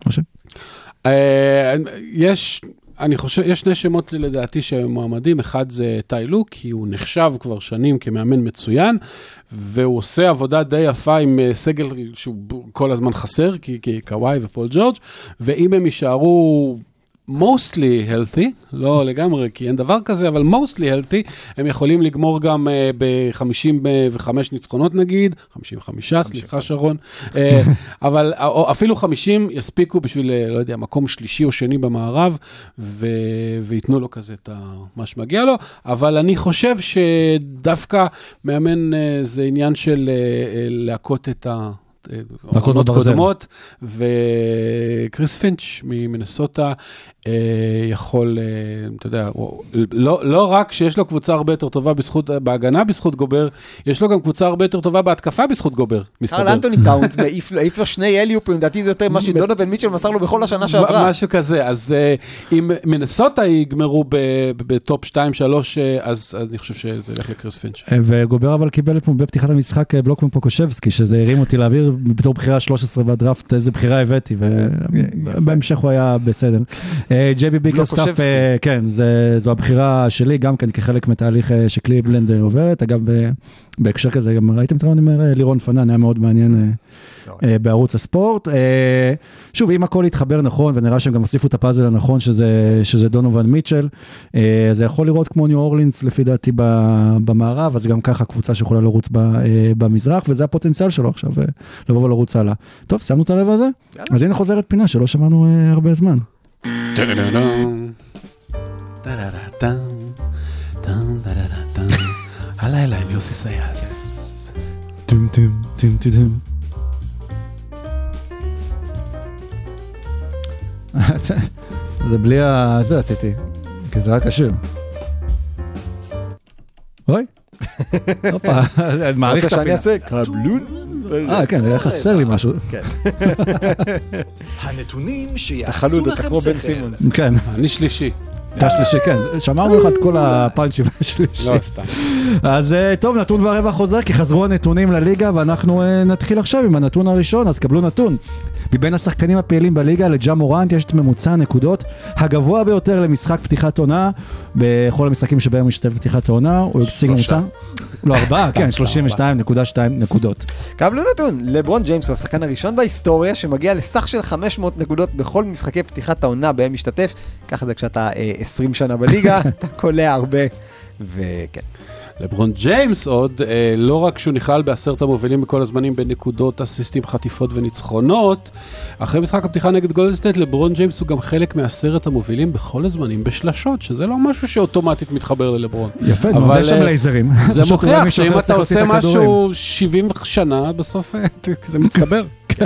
יש, אני חושב, יש שני שמות לדעתי שהם מועמדים, אחד זה טי לוק, כי הוא נחשב כבר שנים כמאמן מצוין, והוא עושה עבודה די יפה עם סגל שהוא כל הזמן חסר, כי קוואי ופול ג'ורג', ואם הם יישארו mostly healthy, לא לגמרי, כי אין דבר כזה, אבל mostly healthy, הם יכולים לגמור גם uh, ב-חמישים וחמש ניצחונות נגיד, חמישים וחמש, סליחה שרון, uh, אבל או, אפילו חמישים יספיקו בשביל, לא יודע, מקום שלישי או שני במערב, ו- ויתנו לו כזה את מה שמגיע לו, אבל אני חושב שדווקא מאמן uh, זה עניין של uh, להכות את ה... עונות קודמות, וקריס פינץ' ממנסוטה יכול, אתה יודע, לא רק שיש לו קבוצה הרבה יותר טובה בהגנה בזכות גובר, יש לו גם קבוצה הרבה יותר טובה בהתקפה בזכות גובר, מסתבר. קרל אנטוני טאונס, העיף לו שני אליופים, לדעתי זה יותר מה שדונובל מיטשל מסר לו בכל השנה שעברה. משהו כזה, אז אם מנסוטה יגמרו בטופ שתיים שלוש, אז אני חושב שזה ילך לקריס פינץ'. וגובר אבל קיבל אתמול בפתיחת המשחק בלוק מפוקושבסקי, שזה הרים אותי להעביר בתור בחירה שלוש עשרה בדראפט, איזה בחירה הבאתי, ובהמשך הוא היה בסדר. ג'יי בי ביקרסטאפ, כן, זו הבחירה שלי, גם כן כחלק מתהליך שקליבלנד עוברת. אגב, בהקשר כזה, גם ראיתם את הרעיון עם לירון פנן, היה מאוד מעניין בערוץ הספורט. שוב, אם הכל יתחבר נכון, ונראה שהם גם הוסיפו את הפאזל הנכון, שזה דונובל מיטשל, זה יכול לראות כמו ניו אורלינס, לפי דעתי, במערב, אז גם ככה קבוצה שיכולה לרוץ במזרח, וזה הפוטנציאל שלו עכשיו, לבוא ולרוץ הלאה. טוב, סיימנו את הרבע הזה? אז הנה חוזרת פינה, שלא שמענו הרבה זמן. הלילה עם יוסי סייס. טום טום טום טום. זה בלי ה... זה עשיתי, כי זה רק השיר. אוי? הופה, מעריך את הפינה. שאני אעשה קבלון. אה, כן, היה חסר לי משהו. הנתונים שיעשו לכם שכל. כן. אני שלישי. אתה שלישי, כן. שמרנו לך את כל הפאנצ'ים השלישי. לא, סתם. אז טוב, נתון והרבע חוזר, כי חזרו הנתונים לליגה, ואנחנו נתחיל עכשיו עם הנתון הראשון, אז קבלו נתון. מבין השחקנים הפעילים בליגה, לג'ה מורנט יש את ממוצע הנקודות הגבוה ביותר למשחק פתיחת עונה, בכל המשחקים שבהם משתתף פתיחת העונה, הוא ישיג ממוצע? לא, ארבעה, כן, שלושים ושתיים נקודה שתיים נקודות. קבלו נתון, לברון ג'יימס הוא השחקן הראשון בהיסטוריה שמגיע לסך של חמש מאות נקודות בכל משחקי פתיחת העונה בהם משתתף, ככה זה כשאתה עשרים שנה בליגה, אתה קולע הרבה, וכן. לברון ג'יימס עוד, אה, לא רק שהוא נכלל בעשרת המובילים בכל הזמנים בנקודות, אסיסטים, חטיפות וניצחונות, אחרי משחק הפתיחה נגד גולדן סטייט, לברון ג'יימס הוא גם חלק מעשרת המובילים בכל הזמנים בשלשות, שזה לא משהו שאוטומטית מתחבר ללברון. יפה, אבל זה שם לייזרים. זה מוכיח שאם אתה עושה משהו שבעים שנה, בסוף זה מצטבר.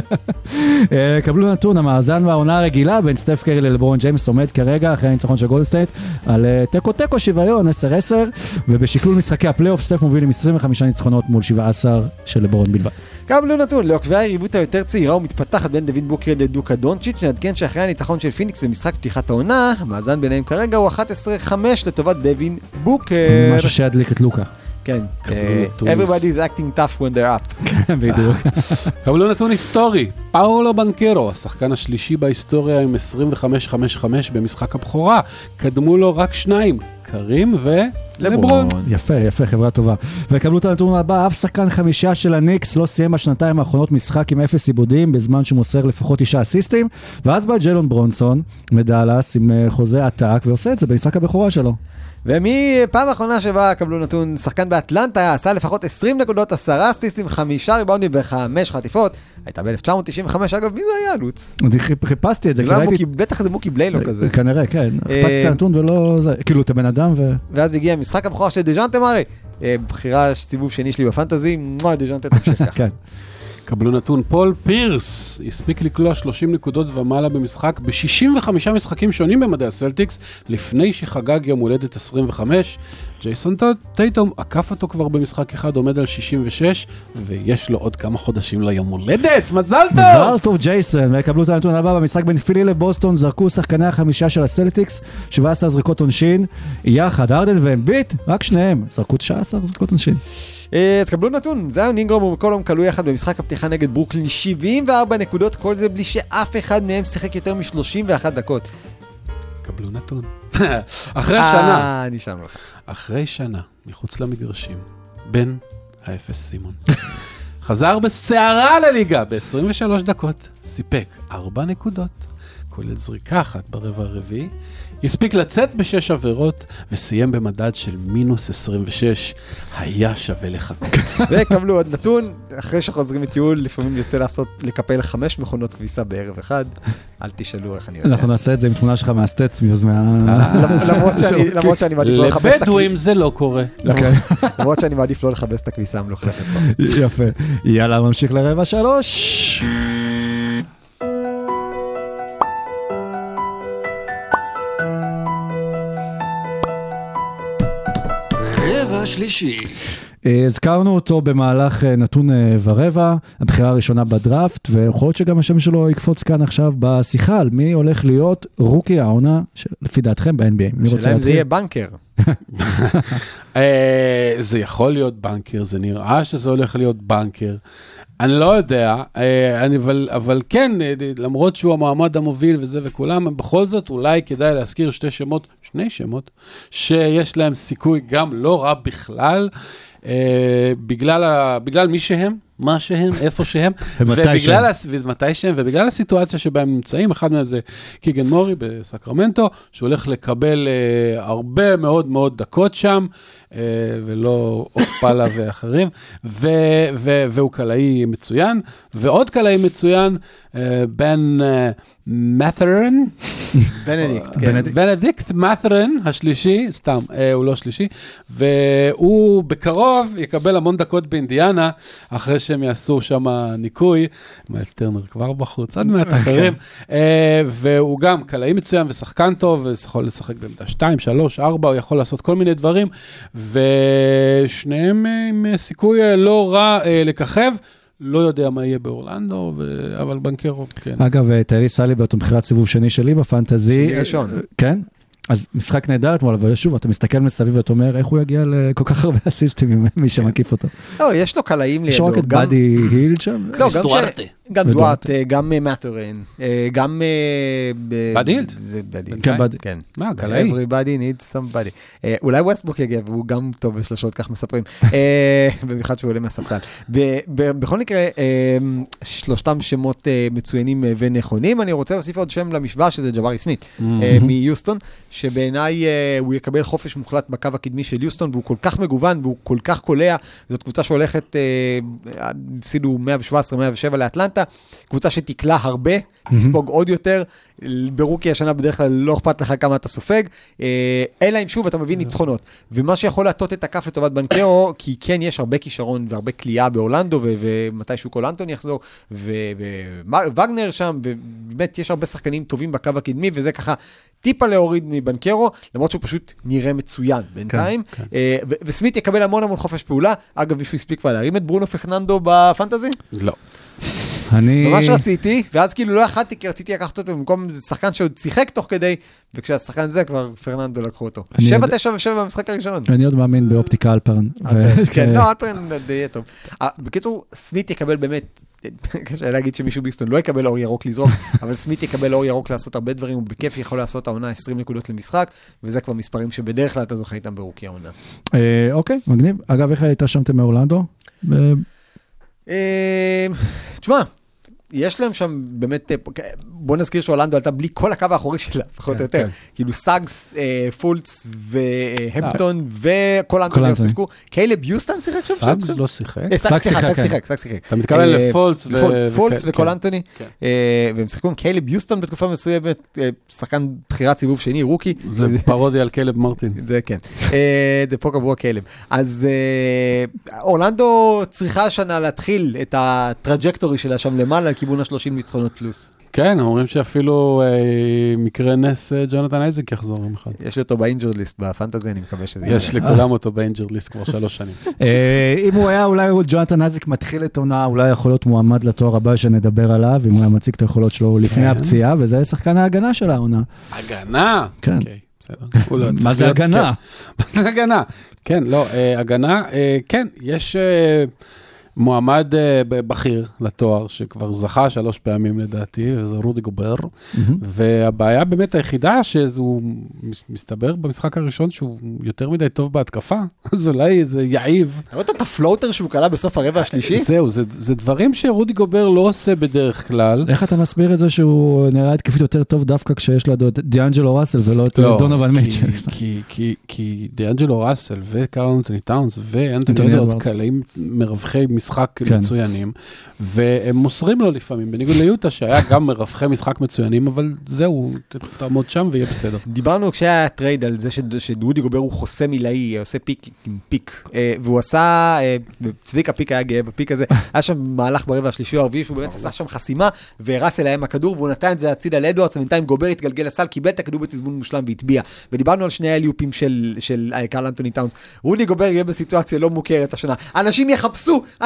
קבלו נתון, המאזן והעונה הרגילה בין סטף קרי ללברון ג'יימס עומד כרגע אחרי הניצחון של גולדן סטייט על טקו טקו שוויון עשר עשר, ובשקלול משחקי הפלייאוף סטף מוביל עם עשרים וחמישה ניצחונות מול שבע עשרה של לברון בלבד. קבלו נתון, לעוקבי היריבות היותר צעירה ומתפתחת בין דוד בוקר לדוקה דונצ'יץ', נעדכן שאחרי הניצחון של פיניקס במשחק פתיחת העונה, המאזן ביניהם כרגע הוא אחת עשרה חמש לטובת דווין בוקר. משהו שידליק את לוקה. כן, everybody is acting tough when they're up. בדיוק. קבלו נתון היסטורי, פאולו בנקרו, השחקן השלישי בהיסטוריה עם עשרים וחמש חמש חמש במשחק הבכורה, קדמו לו רק שניים, קרים ולברון. יפה, יפה, חברה טובה. וקבלו את הנתון הבא, אף שחקן חמישה של הניקס לא סיים בשנתיים האחרונות משחק עם אפס עיבודים, בזמן שהוא מוסר לפחות תשעה אסיסטים, ואז בא ג'יילון ברונסון מדאלאס עם חוזה עתק, ועושה את זה במשחק הבכורה שלו. ומפעם האחרונה שבה קבלו נתון, שחקן באטלנטה עשה לפחות עשרים נקודות, עשרה אסיסטים, חמישה ריבאונדים וחמש חטיפות. הייתה ב-אלף תשע מאות תשעים וחמש, אגב, מי זה היה לוץ? אני חיפשתי את זה. בטח זה מוקי בליילו כזה. כנראה, כן. חיפשתי את הנתון ולא זה, כאילו, אתה בן אדם ו... ואז הגיע משחק הבכורה של דז'אנטה מארי, בחירה סיבוב שני שלי בפנטזי, דז'אנטה תמשיך ככה. כן. קבלו נתון, פול פירס הספיק לקלוע שלושים נקודות ומעלה במשחק ב-שישים וחמישה משחקים שונים במדעי הסלטיקס, לפני שחגג יום הולדת עשרים וחמש. ג'ייסון טייטום עקף אותו כבר במשחק אחד, עומד על שישים ושש, ויש לו עוד כמה חודשים ליום הולדת. מזל טוב! מזל טוב ג'ייסון, ויקבלו את הנתון הבא במשחק בין פילי לבוסטון, זרקו שחקני החמישה של הסלטיקס, שבע עשרה זריקות עונשין, יחד, הרדן ואמביט, רק שניהם, זרקו תשע עשרה זריקות עונשין. אז קבלו נתון, זיון אינגרם ומקולום קלו יחד במשחק הפתיחה נגד ברוקלין, שבעים וארבע נקודות, כל זה בלי שאף אחד מהם שיחק יותר מ-שלושים ואחת דקות. קבלו נתון. אחרי שנה. אה, אני שם לך. אחרי שנה, מחוץ למגרשים, בן האפס סימונס. חזר בסערה לליגה ב-עשרים ושלוש דקות, סיפק ארבע נקודות, כולל זריקה אחת ברבע הרביעי, הספיק לצאת בשש עבירות, וסיים במדד של מינוס עשרים ושש, היה שווה לחכות. וקבלו עוד נתון, אחרי שחוזרים מטיול, לפעמים יוצא לעשות, לקפל חמש מכונות כביסה בערב אחד, אל תשאלו איך אני יודע. אנחנו נעשה את זה עם תמונה שלך מהסטץ מיוז, למרות שאני מעדיף לא לחבס את הכביסה. לבדואים זה לא קורה. למרות שאני מעדיף לא לחבס את הכביסה המלוכלכת. יפה. יאללה, ממשיך לרבע שלוש. רבע שלישי. הזכרנו אותו במהלך נתון ורבע, הבחירה הראשונה בדראפט, ויכול להיות שגם השם שלו יקפוץ כאן עכשיו בשיחה, על מי הולך להיות רוקי העונה, לפי דעתכם ב-אן בי איי. שאלה אם זה יהיה בנקר. זה יכול להיות בנקר, זה נראה שזה הולך להיות בנקר. אני לא יודע, אני, אבל, אבל כן, למרות שהוא המעמד המוביל וזה וכולם, בכל זאת אולי כדאי להזכיר שתי שמות, שני שמות, שיש להם סיכוי גם לא רע בכלל, בגלל, ה, בגלל מי שהם, מה שהם, איפה שהם, ובגלל, הס... ומתי שהם, ובגלל הסיטואציה שבה הם נמצאים, אחד מהם זה קיגן מורי בסקרמנטו, שהולך לקבל אה, הרבה מאוד מאוד דקות שם, אה, ולא אוכפלה ואחרים, ו, ו, והוא קלעי מצוין, ועוד קלעי מצוין, אה, בן אה, מת'רן, בנדיקט, כן. בנדיקט מת'רן, השלישי, סתם, אה, הוא לא שלישי, והוא בקרוב יקבל המון דקות באינדיאנה, אחרי שהם יעשו שם ניקוי, מיילס טרנר כבר בחוץ, עד מעט אחרים, והוא גם קלעי מצוין ושחקן טוב, ויכול לשחק בעמדה שתיים, שלוש, ארבע, הוא יכול לעשות כל מיני דברים, ושניהם עם סיכוי לא רע לככב, לא יודע מה יהיה באורלנדו, אבל בנקרו, כן. אגב, טיירי סליברט הוא מבחירת סיבוב שני שלי בפנטזי. שני ראשון. כן. אז משחק נהדר אתמול, אבל שוב, אתה מסתכל מסביב ואתה אומר, איך הוא יגיע לכל כך הרבה אסיסטים עם מי שמקיף אותו. לא, יש לו קלעים לידו. יש רק את באדי היל שם? לא, גם דואט, גם מאטרן, גם... באדי היל? כן, באדי. כן. מה, קלעי? Everybody needs somebody. אולי ווסטברוק יגיע, והוא גם טוב בשלשות, כך מספרים. במיוחד שהוא עולה מהספסל. בכל מקרה, שלושתם שמות מצוינים ונכונים. אני רוצה להוסיף עוד שם למשוואה, שזה ג'בארי סמית, מיוסטון, שבעיניי הוא יקבל חופש מוחלט בקו הקדמי של יוסטון, והוא כל כך מגוון, והוא כל כך קולע. זאת קבוצה שהולכת, הפסידו מאה שבע עשרה מאה ושבע לאטלנטה, קבוצה שתקלה הרבה, תספוג עוד יותר, ברוקי השנה בדרך כלל לא אכפת לך כמה אתה סופג, אלא אם שוב אתה מבין ניצחונות. ומה שיכול להטות את הכף לטובת בנקרו, כי כן יש הרבה כישרון והרבה קליעה באורלנדו, ומתישהו קול אנטוני יחזור, ווגנר שם, ובאמת יש הרבה שחקנים טובים בקו הקדמי, וזה ככה טיפה להוריד מבנקרו, למרות שהוא פשוט נראה מצוין בינתיים, וסמית יקבל המון המון חופש פעולה. אגב, מישהו הספיק כבר להרים את ברונו פרננדו בפנטזי? לא. אני... ממש רציתי, ואז כאילו לא יכלתי, כי רציתי לקחת אותו במקום שחקן שעוד שיחק תוך כדי, וכשהשחקן זה כבר פרננדו לקחו אותו. שבע תשע ושבע במשחק הראשון. אני עוד מאמין באופטיקה אלפרן. כן, לא, אלפרן די יהיה טוב. בקיצור, סמית יקבל באמת, קשה להגיד שמישהו ביסטון לא יקבל אור ירוק לזרוק, אבל סמית יקבל אור ירוק לעשות הרבה דברים, הוא בכיף יכול לעשות העונה עשרים נקודות למשחק, וזה כבר מספרים שבדרך כלל אתה זוכה איתם ברוקי העונה. אוקיי, מגניב. אגב, איך התרשמתם מאורלנדו? תשמע, יש להם שם באמת, בוא נזכיר שאורלנדו עלתה בלי כל הקו האחורי שלה, פחות או יותר. כאילו סאגס, פולץ והמפטון וכל אנטוני לא שיחקו. קיילב יוסטון שיחק שם? סאגס לא שיחק. סאגס שיחק, סאגס שיחק. אתה מתכוון לפולץ. פולץ וכל אנטוני. והם שיחקו עם קיילב יוסטון בתקופה מסוימת, שחקן בחירת סיבוב שני, רוקי. זה פרודיה על קיילב מרטין. זה כן. דפוק עבור הקיילב. אז אורלנדו צריכה השנה להתחיל את הטראג'קטורי שלה שם למעלה, כיוון ה-שלושים ניצחונות פלוס. כן, אומרים שאפילו אה, מקרה נס ג'ונתן אייזק יחזור עם אחד. יש לי אותו באינג'רד ליסט, בפנטזי, אני מקווה שזה יש לכולם אותו באינג'רד ליסט כבר שלוש שנים. אם הוא היה, אולי ג'ונתן אייזק מתחיל את עונה, אולי יכול להיות מועמד לתואר הבא שנדבר עליו, אם הוא היה מציג את היכולות שלו לפני הפציעה, וזה שחקן ההגנה של העונה. הגנה? כן. בסדר. מה זה הגנה? מה זה הגנה? כן, לא, הגנה, כן, יש... מועמד בכיר לתואר, שכבר זכה שלוש פעמים לדעתי, וזה רודי גובר, והבעיה באמת היחידה, שהוא מסתבר במשחק הראשון, שהוא יותר מדי טוב בהתקפה, אז אולי זה יעיב. ראית את הפלוטר שהוא קלה בסוף הרבע השלישי? זהו, זה דברים שרודי גובר לא עושה בדרך כלל. איך אתה מסביר את זה שהוא נראה התקפית יותר טוב דווקא כשיש לידו את דיאנג'לו ראסל ולא את דונובל מיטשל? כי דיאנג'לו ראסל וקרל אנטוני טאונס ואנטוני אדוארדס קלעים מרווחי משחק מצוינים, והם מוסרים לו לפעמים, בניגוד ליוטה שהיה גם מרווחי משחק מצוינים, אבל זהו, תעמוד שם ויהיה בסדר. דיברנו כשהיה טרייד על זה שדודי גובר הוא חוסם עילאי, עושה פיק עם פיק, והוא עשה, צביק הפיק היה גאה בפיק הזה, היה שם מהלך ברבע השלישי הרביעי, שהוא באמת עשה שם חסימה, והרסל היה עם הכדור, והוא נתן את זה הצידה לאדוארדס, ובינתיים גובר התגלגל לסל, קיבל את הכדור בתזמון מושלם והטביע. ודיברנו על שני האליופים של קרל אנטוני טאונס. רודי גובר יהיה בסיטואציה לא מוכרת השנה. אנשים יחפשו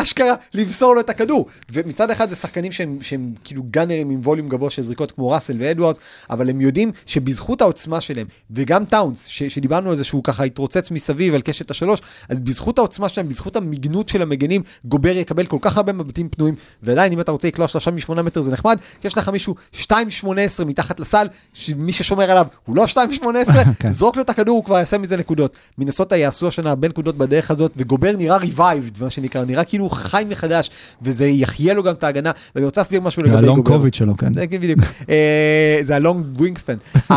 אשכרה למסור לו את הכדור. ומצד אחד זה שחקנים שהם, שהם כאילו גאנרים עם ווליום גבוה של זריקות כמו ראסל ואדוארדס, אבל הם יודעים שבזכות העוצמה שלהם, וגם טאונס, ש, שדיברנו על זה שהוא ככה התרוצץ מסביב על קשת השלוש, אז בזכות העוצמה שלהם, בזכות המגנות של המגנים, גובר יקבל כל כך הרבה מבטים פנויים, ועדיין אם אתה רוצה לקלוע שלושה משמונה מטר זה נחמד, כי יש לך מישהו שתיים שמונה עשרה מתחת לסל, שמי ששומר עליו הוא לא שתיים שמונה עשרה, זרוק לו את הכדור, הוא כבר יעשה מזה נקודות. מנסות יעשו השנה בין נקודות בדרך הזאת, וגובר נראה revived, מה שנקרא, נראה כאילו חי מחדש, וזה יחיה לו גם את ההגנה, ואני רוצה להסביר משהו לגבי גובר. הלונג קוביץ' שלו, כן. זה הלונג ווינגספן.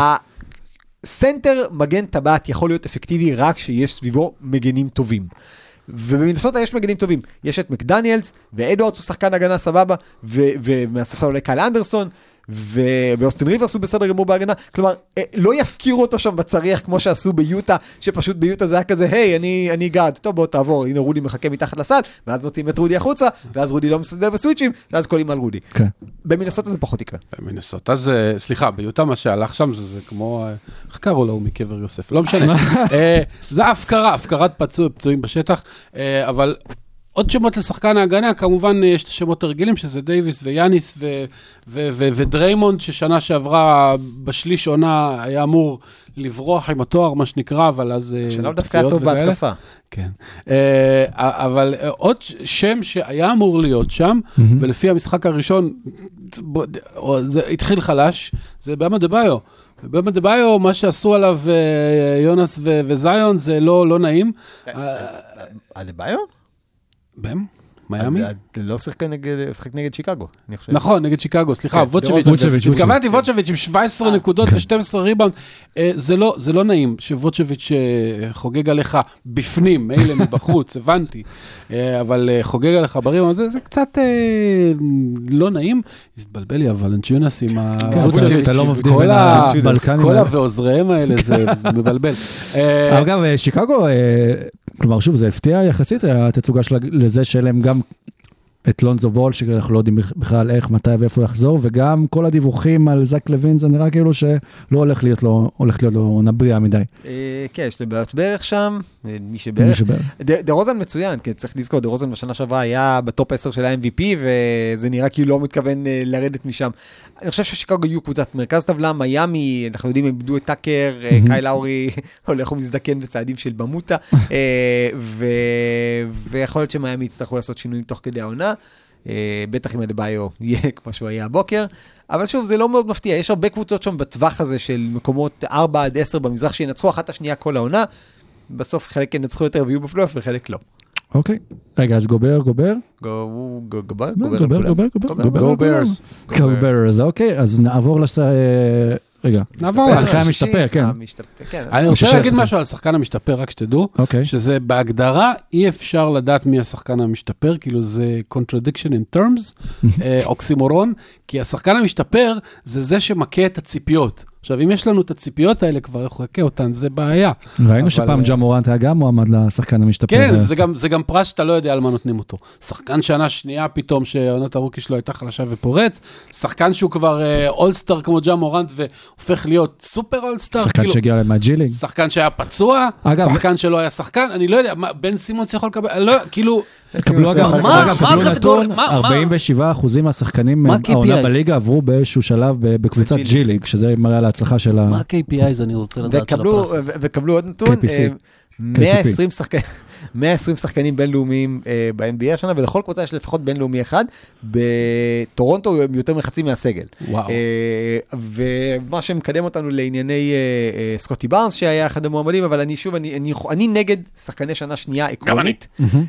הסנטר מגן טבעת יכול להיות אפקטיבי רק שיש סביבו מגנים טובים. ובמינסוטה יש מגנים טובים. יש את מקדניאלס, ואדוארדס הוא שחקן הגנה סבבה, ומהספסל עולה קייל אנדרסון, ואוסטין ריברס הוא בסדר גמור בהגנה, כלומר, לא יפקירו אותו שם בצריח כמו שעשו ביוטה, שפשוט ביוטה זה היה כזה, היי, אני, אני גאד, טוב בוא תעבור, הנה רודי מחכה מתחת לסל, ואז מוצאים את רודי החוצה, ואז רודי לא מסדר בסוויצ'ים, ואז קולים על רודי. כן. במינסוטה זה פחות יקרה. במינסוטה זה, סליחה, ביוטה מה שהלך שם, זה, זה כמו, איך קראו לו מקבר יוסף, לא משנה. זה הפקרה, הפקרת פצועים בשטח, אבל עוד שמות לשחקן ההגנה, כמובן יש את השמות הרגילים, שזה דייביס ויאניס ו- ו- ו- ודריימונד, ששנה שעברה בשליש עונה היה אמור לברוח עם התואר, מה שנקרא, אבל אז שלא דווקא טוב בהתקפה. כן. אבל עוד שם שהיה אמור להיות שם, ולפי המשחק הראשון, זה התחיל חלש, זה באמה דבאיו. ובאמה דבאיו, מה שעשו עליו יונס וזיון, זה לא נעים. דבאיו? בהם? מיאמי? לא שחק נגד שיקגו, אני חושב. נכון, נגד שיקגו, סליחה, ווצ'ביץ'. התכוונתי ווצ'ביץ' עם שבע עשרה נקודות ו-שתים עשרה ריבאונד. זה לא נעים שווצ'ביץ' חוגג עליך בפנים, מילא מבחוץ, הבנתי. אבל חוגג עליך בריבאונד, זה קצת לא נעים. התבלבל לי, אבל אנצ'יונס עם הווצ'ביץ', כל ועוזריהם האלה, זה מבלבל. אגב, שיקגו, כלומר, שוב, זה הפתיע יחסית, התצוגה שלה לזה שלהם גם את לונזו בול, שאנחנו לא יודעים בכלל איך, מתי ואיפה הוא יחזור, וגם כל הדיווחים על זק לוין, זה נראה כאילו שלא הולך להיות לו, הולך להיות לו נבריאה מדי. כן, יש לו בעיות בערך שם, מי שבערך. דרוזן מצוין, כי צריך לזכור, דרוזן בשנה שעברה היה בטופ עשר של ה-אם וי פי, וזה נראה כאילו לא מתכוון לרדת משם. אני חושב ששיקגו יהיו קבוצת מרכז טבלה, מיאמי, אנחנו יודעים, הם איבדו את טאקר, קאי לאורי הולך ומזדקן בצעדים של במוטה, ויכול להיות שמיאמי יצטרכו לעשות שינויים תוך כדי העונה, בטח עם הדבאיו יהיה כמו שהוא היה הבוקר, אבל שוב, זה לא מאוד מפתיע, יש הרבה קבוצות שם בטווח הזה של מקומות ארבע עד עשר במזרח שינצחו אחת השנייה כל העונה, בסוף חלק ינצחו יותר ויהיו בפלייאוף וחלק לא. אוקיי, רגע, אז גובר, גובר? גובר, גובר, גובר, גובר, גוברס. גוברס, אוקיי, אז נעבור לס... רגע, נעבור לשחקן המשתפר, כן. אני רוצה להגיד משהו על השחקן המשתפר, רק שתדעו, שזה בהגדרה אי אפשר לדעת מי השחקן המשתפר, כאילו זה contradiction in terms, אוקסימורון, כי השחקן המשתפר זה זה שמכה את הציפיות. עכשיו, אם יש לנו את הציפיות האלה, כבר איך חכה אותן, זה בעיה. ראינו שפעם ג'ה מורנט היה גם מועמד לשחקן המשתפר. כן, זה גם פרס שאתה לא יודע על מה נותנים אותו. שחקן שנה שנייה פתאום, שעונת הרוקי שלו הייתה חלשה ופורץ, שחקן שהוא כבר אולסטאר כמו ג'ה מורנט, והופך להיות סופר אולסטאר. שחקן שהגיע מהג'ילינג. שחקן שהיה פצוע, שחקן שלא היה שחקן, אני לא יודע, בן סימונס יכול לקבל, כאילו... קבלו אגב, קבלו נתון, ארבעים ושבעה אחוזים מהשחקנים העונה בליגה עברו באיזשהו שלב בקבוצת ג'יליג, שזה מראה על ההצלחה של ה... מה ה-קיי פי איי זה אני רוצה לדעת של הפרס הזה? וקבלו עוד נתון, מאה ועשרים שחקנים בינלאומיים ב-אן בי איי השנה, ולכל קבוצה יש לפחות בינלאומי אחד, בטורונטו הם יותר מחצי מהסגל. וואו. ומה שמקדם אותנו לענייני סקוטי בארנס, שהיה אחד המועמדים, אבל אני שוב, אני נגד שחקני שנה שנייה עקרונית.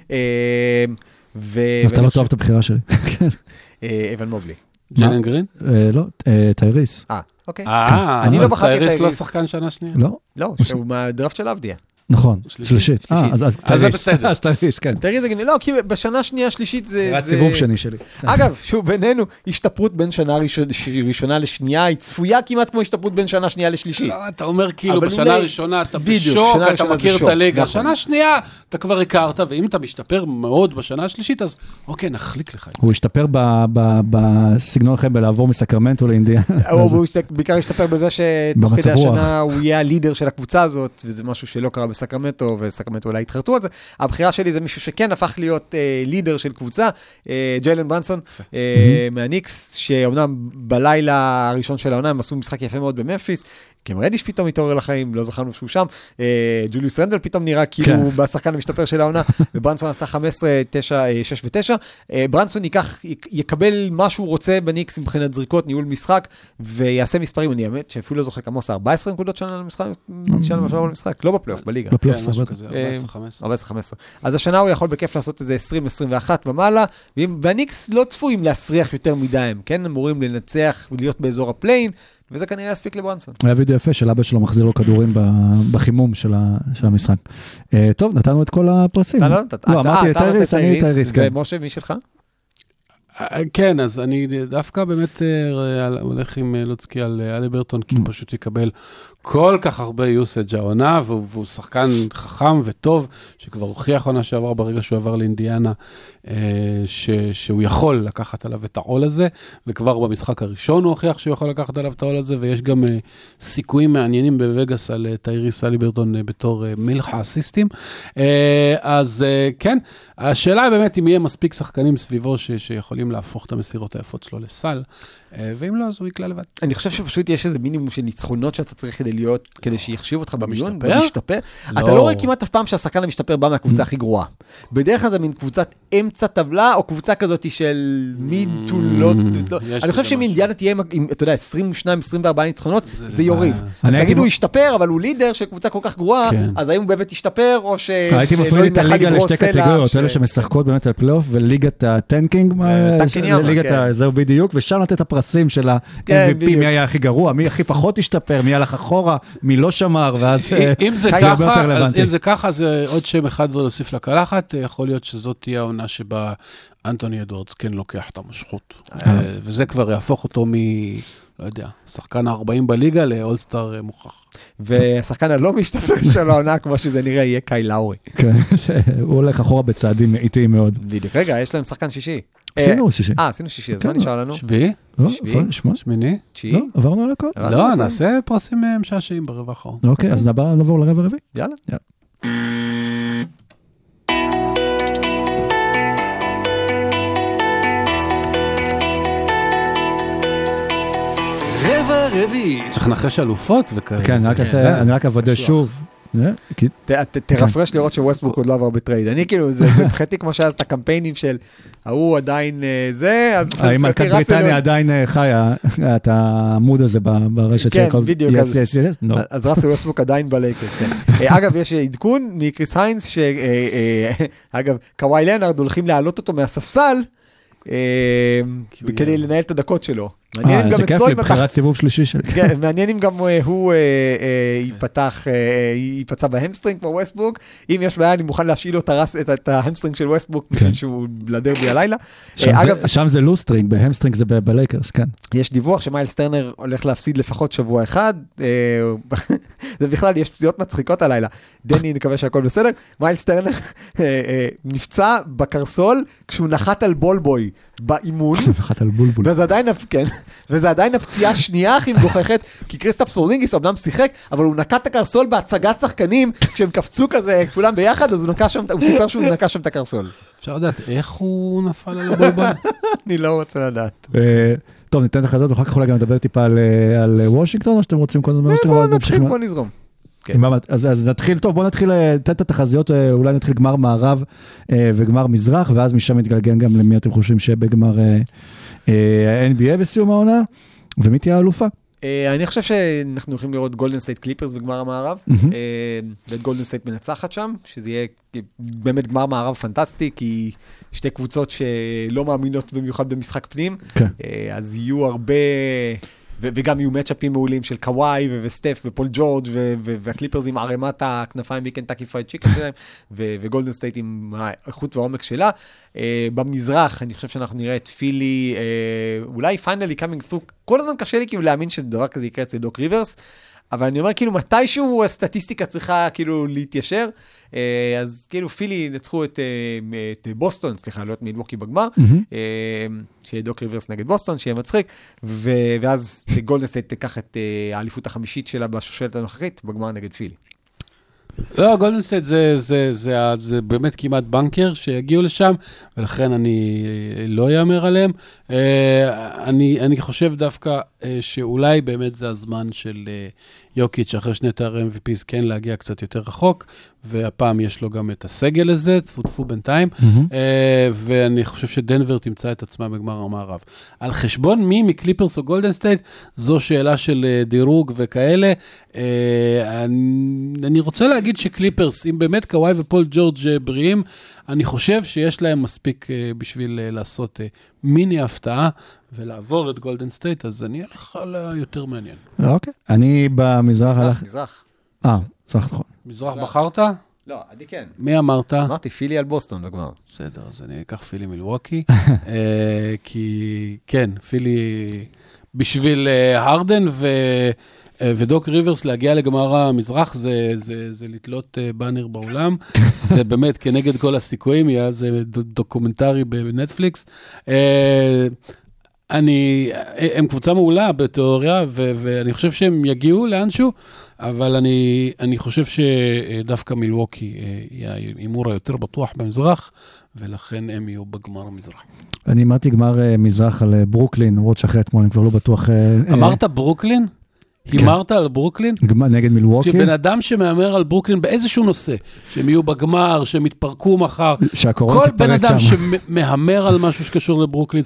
אתה לא תאהב את הבחירה שלי. אבן מובלי. ג'יילן גרין? לא, טייריס. אה, אוקיי. אה, טייריס לא שחקן שנה שנייה? לא. לא, הוא מהדראפט של אבדיה. נכון, שלישית. אז זה בסדר. אז טייריס, כן. טייריס זה גניב, לא, כי בשנה שנייה שלישית זה... זה הסיבוב שני שלי. אגב, שוב, בינינו, השתפרות בין שנה ראשונה לשנייה, היא צפויה כמעט כמו השתפרות בין שנה שנייה לשלישית. אתה אומר כאילו, בשנה הראשונה אתה בשוק, אתה מכיר את הליגה. בשנה שנייה אתה כבר הכרת, ואם אתה משתפר מאוד בשנה השלישית, אז אוקיי, נחליק לך. הוא השתפר בסגנון לכם בלעבור מסקרמנטו לאינדיאנה. הוא בעיקר השתפר בזה שתוך כדי השנה הוא יהיה הלידר של הקבוצה הזאת, וזה משהו שלא קרה בסקרמנטו, וסקרמנטו אולי התחרטו על זה. הבחירה שלי זה מישהו שכן הפך להיות לידר של קבוצה, ג'יילן ברנסון, מהניקס, שאומנם בלילה הראשון של העונה, הם עשו משחק יפה מאוד בממפיס, קם רדיש פתאום התעורר לחיים, לא זכרנו שהוא שם, ג'וליוס רנדל פתאום נראה כאילו הוא בשחקן המשתפר של העונה, וברנסון עשה חמש עשרה, תשע, שש ותשע, ברנסון ייקח, יקבל מה שהוא רוצה בניקס מבחינת זריקות, ניהול משחק, ויעשה מספרים, אני אמת, שאפילו לא זוכר כמה עושה, ארבע עשרה נקודות שנה למשחק, שנה בשבוע למשחק, לא בפלייאוף, בליגה. בפלייאוף, משהו כזה, ארבע עשרה חמש עשרה. ארבע עשרה חמש עשרה. אז השנה הוא יכול בכיף לעשות איזה עשרים עשרים ואחת ומעלה, והניקס לא צפויים להסריח יותר מדי, הם כן אמורים לנצח ולהיות באזור הפליין, וזה כנראה יספיק לברנסון. היה וידאו יפה של אבא שלו מחזיר לו כדורים בחימום של המשחק. טוב, נתנו את כל הפרסים. לא, אמרתי את טייריס, אני טייריס. ומשה, מי שלך? כן, אז אני דווקא באמת הולך עם לוצקי על אליברטון, כי הוא פשוט יקבל כל כך הרבה יוסאג' העונה, והוא שחקן חכם וטוב, שכבר הוכיח עונה שעבר ברגע שהוא עבר לאינדיאנה, שהוא יכול לקחת עליו את העול הזה, וכבר במשחק הראשון הוא הוכיח שהוא יכול לקחת עליו את העול הזה, ויש גם סיכויים מעניינים בווגאס על טייריס אליברטון בתור מלך האסיסטים. אז כן, השאלה היא באמת אם יהיה מספיק שחקנים סביבו שיכולים להפוך את המסירות היפות שלו לסל, ואם לא, אז הוא יקלה לבד. אני חושב שפשוט יש איזה מינימום של ניצחונות שאתה צריך כדי להיות, כדי שיחשיב אותך במיון, במשתפר. אתה לא רואה כמעט אף פעם שהשחקן המשתפר בא מהקבוצה הכי גרועה. בדרך כלל זה מין קבוצת אמצע טבלה, או קבוצה כזאת של מיד טו לא... אני חושב שאם אינדיאנה תהיה, אתה יודע, עשרים ושתיים עשרים וארבע ניצחונות, זה יוריד. אז תגיד הוא ישתפר, אבל הוא לידר של קבוצה כל כך גרועה, אז האם הוא באמת ישתפר, או ש... הייתי מפריד את הליגה לשתי קטגוריות, אלה שמשחקות באמת על פלייאוף, וליגת הטנקינג, זהו בדיוק, ושם לתת הפרסים של ה-אם וי פי, מי היה הכי גרוע, מי הכי פחות השתפר, מי הלך אחורה, מי לא שמר, ואז אם זה ככה, אז אם זה ככה, זה עוד שם אחד ולהוסיף לקלחת, יכול להיות שזאת תהיה העונה שבה אנטוני אדוארדס כן לוקח את המשכות, וזה כבר יהפוך אותו מ... לא יודע, שחקן ה-ארבעים בליגה לאולסטאר מוכח. והשחקן הלא משתפר של העונה, כמו שזה נראה, יהיה קאי לאורי. כן, הוא הולך אחורה בצעדים איטיים מאוד. בדיוק, רגע, יש להם שחקן שישי. עשינו שישי. אה, עשינו שישי, אז מה נשאר לנו? שביעי? שמיני? תשיעי? לא, עברנו על הכל. לא, נעשה פרסים משעשעים ברבע האחרון. אוקיי, אז נעבור לרבע הרביעי? יאללה. רבע רביעי. צריך לנחש אלופות וכאלה. כן, אני רק אבדה שוב. תרפרש לראות שווסטברוק עוד לא עבר בטרייד. אני כאילו, זה בחטי כמו שאז את הקמפיינים של ההוא עדיין זה, אז... האם מלכת בריטניה עדיין חיה את העמוד הזה ברשת כן, בדיוק. אז ראסל ווסטברוק עדיין בלייקרס, כן. אגב, יש עדכון מקריס היינס, שאגב, קוואי לנארד הולכים להעלות אותו מהספסל, כדי לנהל את הדקות שלו. זה כיף לבחירת סיבוב שלישי שלי. מעניין אם גם הוא ייפצע בהמסטרינג כמו ווסטברוק. אם יש בעיה, אני מוכן להשאיל לו את ההמסטרינג של ווסטברוק, בשביל שהוא בלדר בי הלילה. שם זה לוסטרינג, בהמסטרינג זה בלייקרס, כן. יש דיווח שמיילס טרנר הולך להפסיד לפחות שבוע אחד. זה בכלל, יש פציעות מצחיקות הלילה. דני, נקווה שהכל בסדר. מיילס טרנר נפצע בקרסול כשהוא נחת על בולבוי באימון. נחת על בולבול. וזה עדיין, כן. וזה עדיין הפציעה השנייה הכי מגוחכת, כי קריסטאפ פורזינגיס אומנם שיחק, אבל הוא נקע את הקרסול בהצגת שחקנים, כשהם קפצו כזה כולם ביחד, אז הוא נקע שם, הוא סיפר שהוא נקע שם את הקרסול. אפשר לדעת איך הוא נפל על הבולבול? אני לא רוצה לדעת. טוב, ניתן לך לדעת, ואחר כך אולי גם נדבר טיפה על וושינגטון, או שאתם רוצים קודם? בוא נתחיל, בוא נזרום. אז נתחיל, טוב, בוא נתחיל לתת את התחזיות, אולי נתחיל גמר מערב וגמר מזרח, ואז משם מתגלגן גם למי אתם חושבים שבגמר ה-אן בי איי בסיום העונה, ומי תהיה האלופה? אני חושב שאנחנו הולכים לראות גולדן סטייט קליפרס בגמר המערב, ואת גולדן סטייט מנצחת שם, שזה יהיה באמת גמר מערב פנטסטי, כי שתי קבוצות שלא מאמינות במיוחד במשחק פנים, אז יהיו הרבה... וגם יהיו מצ'אפים מעולים של קוואי וסטף ופול ג'ורג' והקליפרס עם ערימת הכנפיים מקנטקי פרייד צ'יקן שלהם, וגולדן סטייט עם האיכות והעומק שלה. במזרח, אני חושב שאנחנו נראה את פילי, אולי finally coming through, כל הזמן קשה לי כאילו להאמין שדבר כזה יקרה אצל דוק ריברס, אבל אני אומר, כאילו, מתישהו הסטטיסטיקה צריכה, כאילו, להתיישר, אז כאילו, פילי נצחו את, את בוסטון, סליחה, לא את מילווקי בגמר, שיהיה דוק ריברס נגד בוסטון, שיהיה מצחיק, ואז גולדן סטייט תיקח את האליפות החמישית שלה בשושלת הנוכחית, בגמר נגד פילי. לא, גולדן סטייט זה, זה, זה, זה באמת כמעט בנקר שיגיעו לשם, ולכן אני לא יאמר עליהם. אני, אני חושב דווקא שאולי באמת זה הזמן של יוקיץ' אחרי שני תארי אם וי פי'ס כן להגיע קצת יותר רחוק, והפעם יש לו גם את הסגל הזה, תפו בינתיים, ואני חושב שדנבר תמצא את עצמה בגמר המערב. על חשבון מי מקליפרס או גולדן סטייט, זו שאלה של דירוג וכאלה. אני רוצה להגיד שקליפרס, אם באמת קוואי ופול ג'ורג' בריאים, אני חושב שיש להם מספיק בשביל לעשות מיני הפתעה, ולעבור את גולדן סטייט, אז אני אלך על יותר מעניין. אוקיי. אני במזרח... מזרח, מזרח. אה, מזרח נכון. מזרח בחרת? לא, אני כן. מי אמרת? אמרתי פילי על בוסטון בגמר. בסדר, אז אני אקח פילי מילווקי, כי כן, פילי בשביל הרדן ו... ודוק ריברס להגיע לגמר המזרח, זה, זה, זה לתלות בנר בעולם, זה באמת כנגד כל הסיכויים, יהיה זה דוקומנטרי בנטפליקס. אני, הם קבוצה מעולה בתיאוריה, ו, ואני חושב שהם יגיעו לאנשהו, אבל אני, אני חושב שדווקא מילווקי יהיה האימור היותר בטוח במזרח, ולכן הם יהיו בגמר המזרח. אני אמרתי גמר מזרח על ברוקלין, למרות שאחרי אתמול אני כבר לא בטוח... אמרת ברוקלין? הימרת על ברוקלין? נגד מילווקי? שבן אדם שמאמר על ברוקלין באיזשהו נושא, שהם יהיו בגמר, שהם יתפרקו מחר, כל בן אדם שמאמר על משהו שקשור לברוקלין,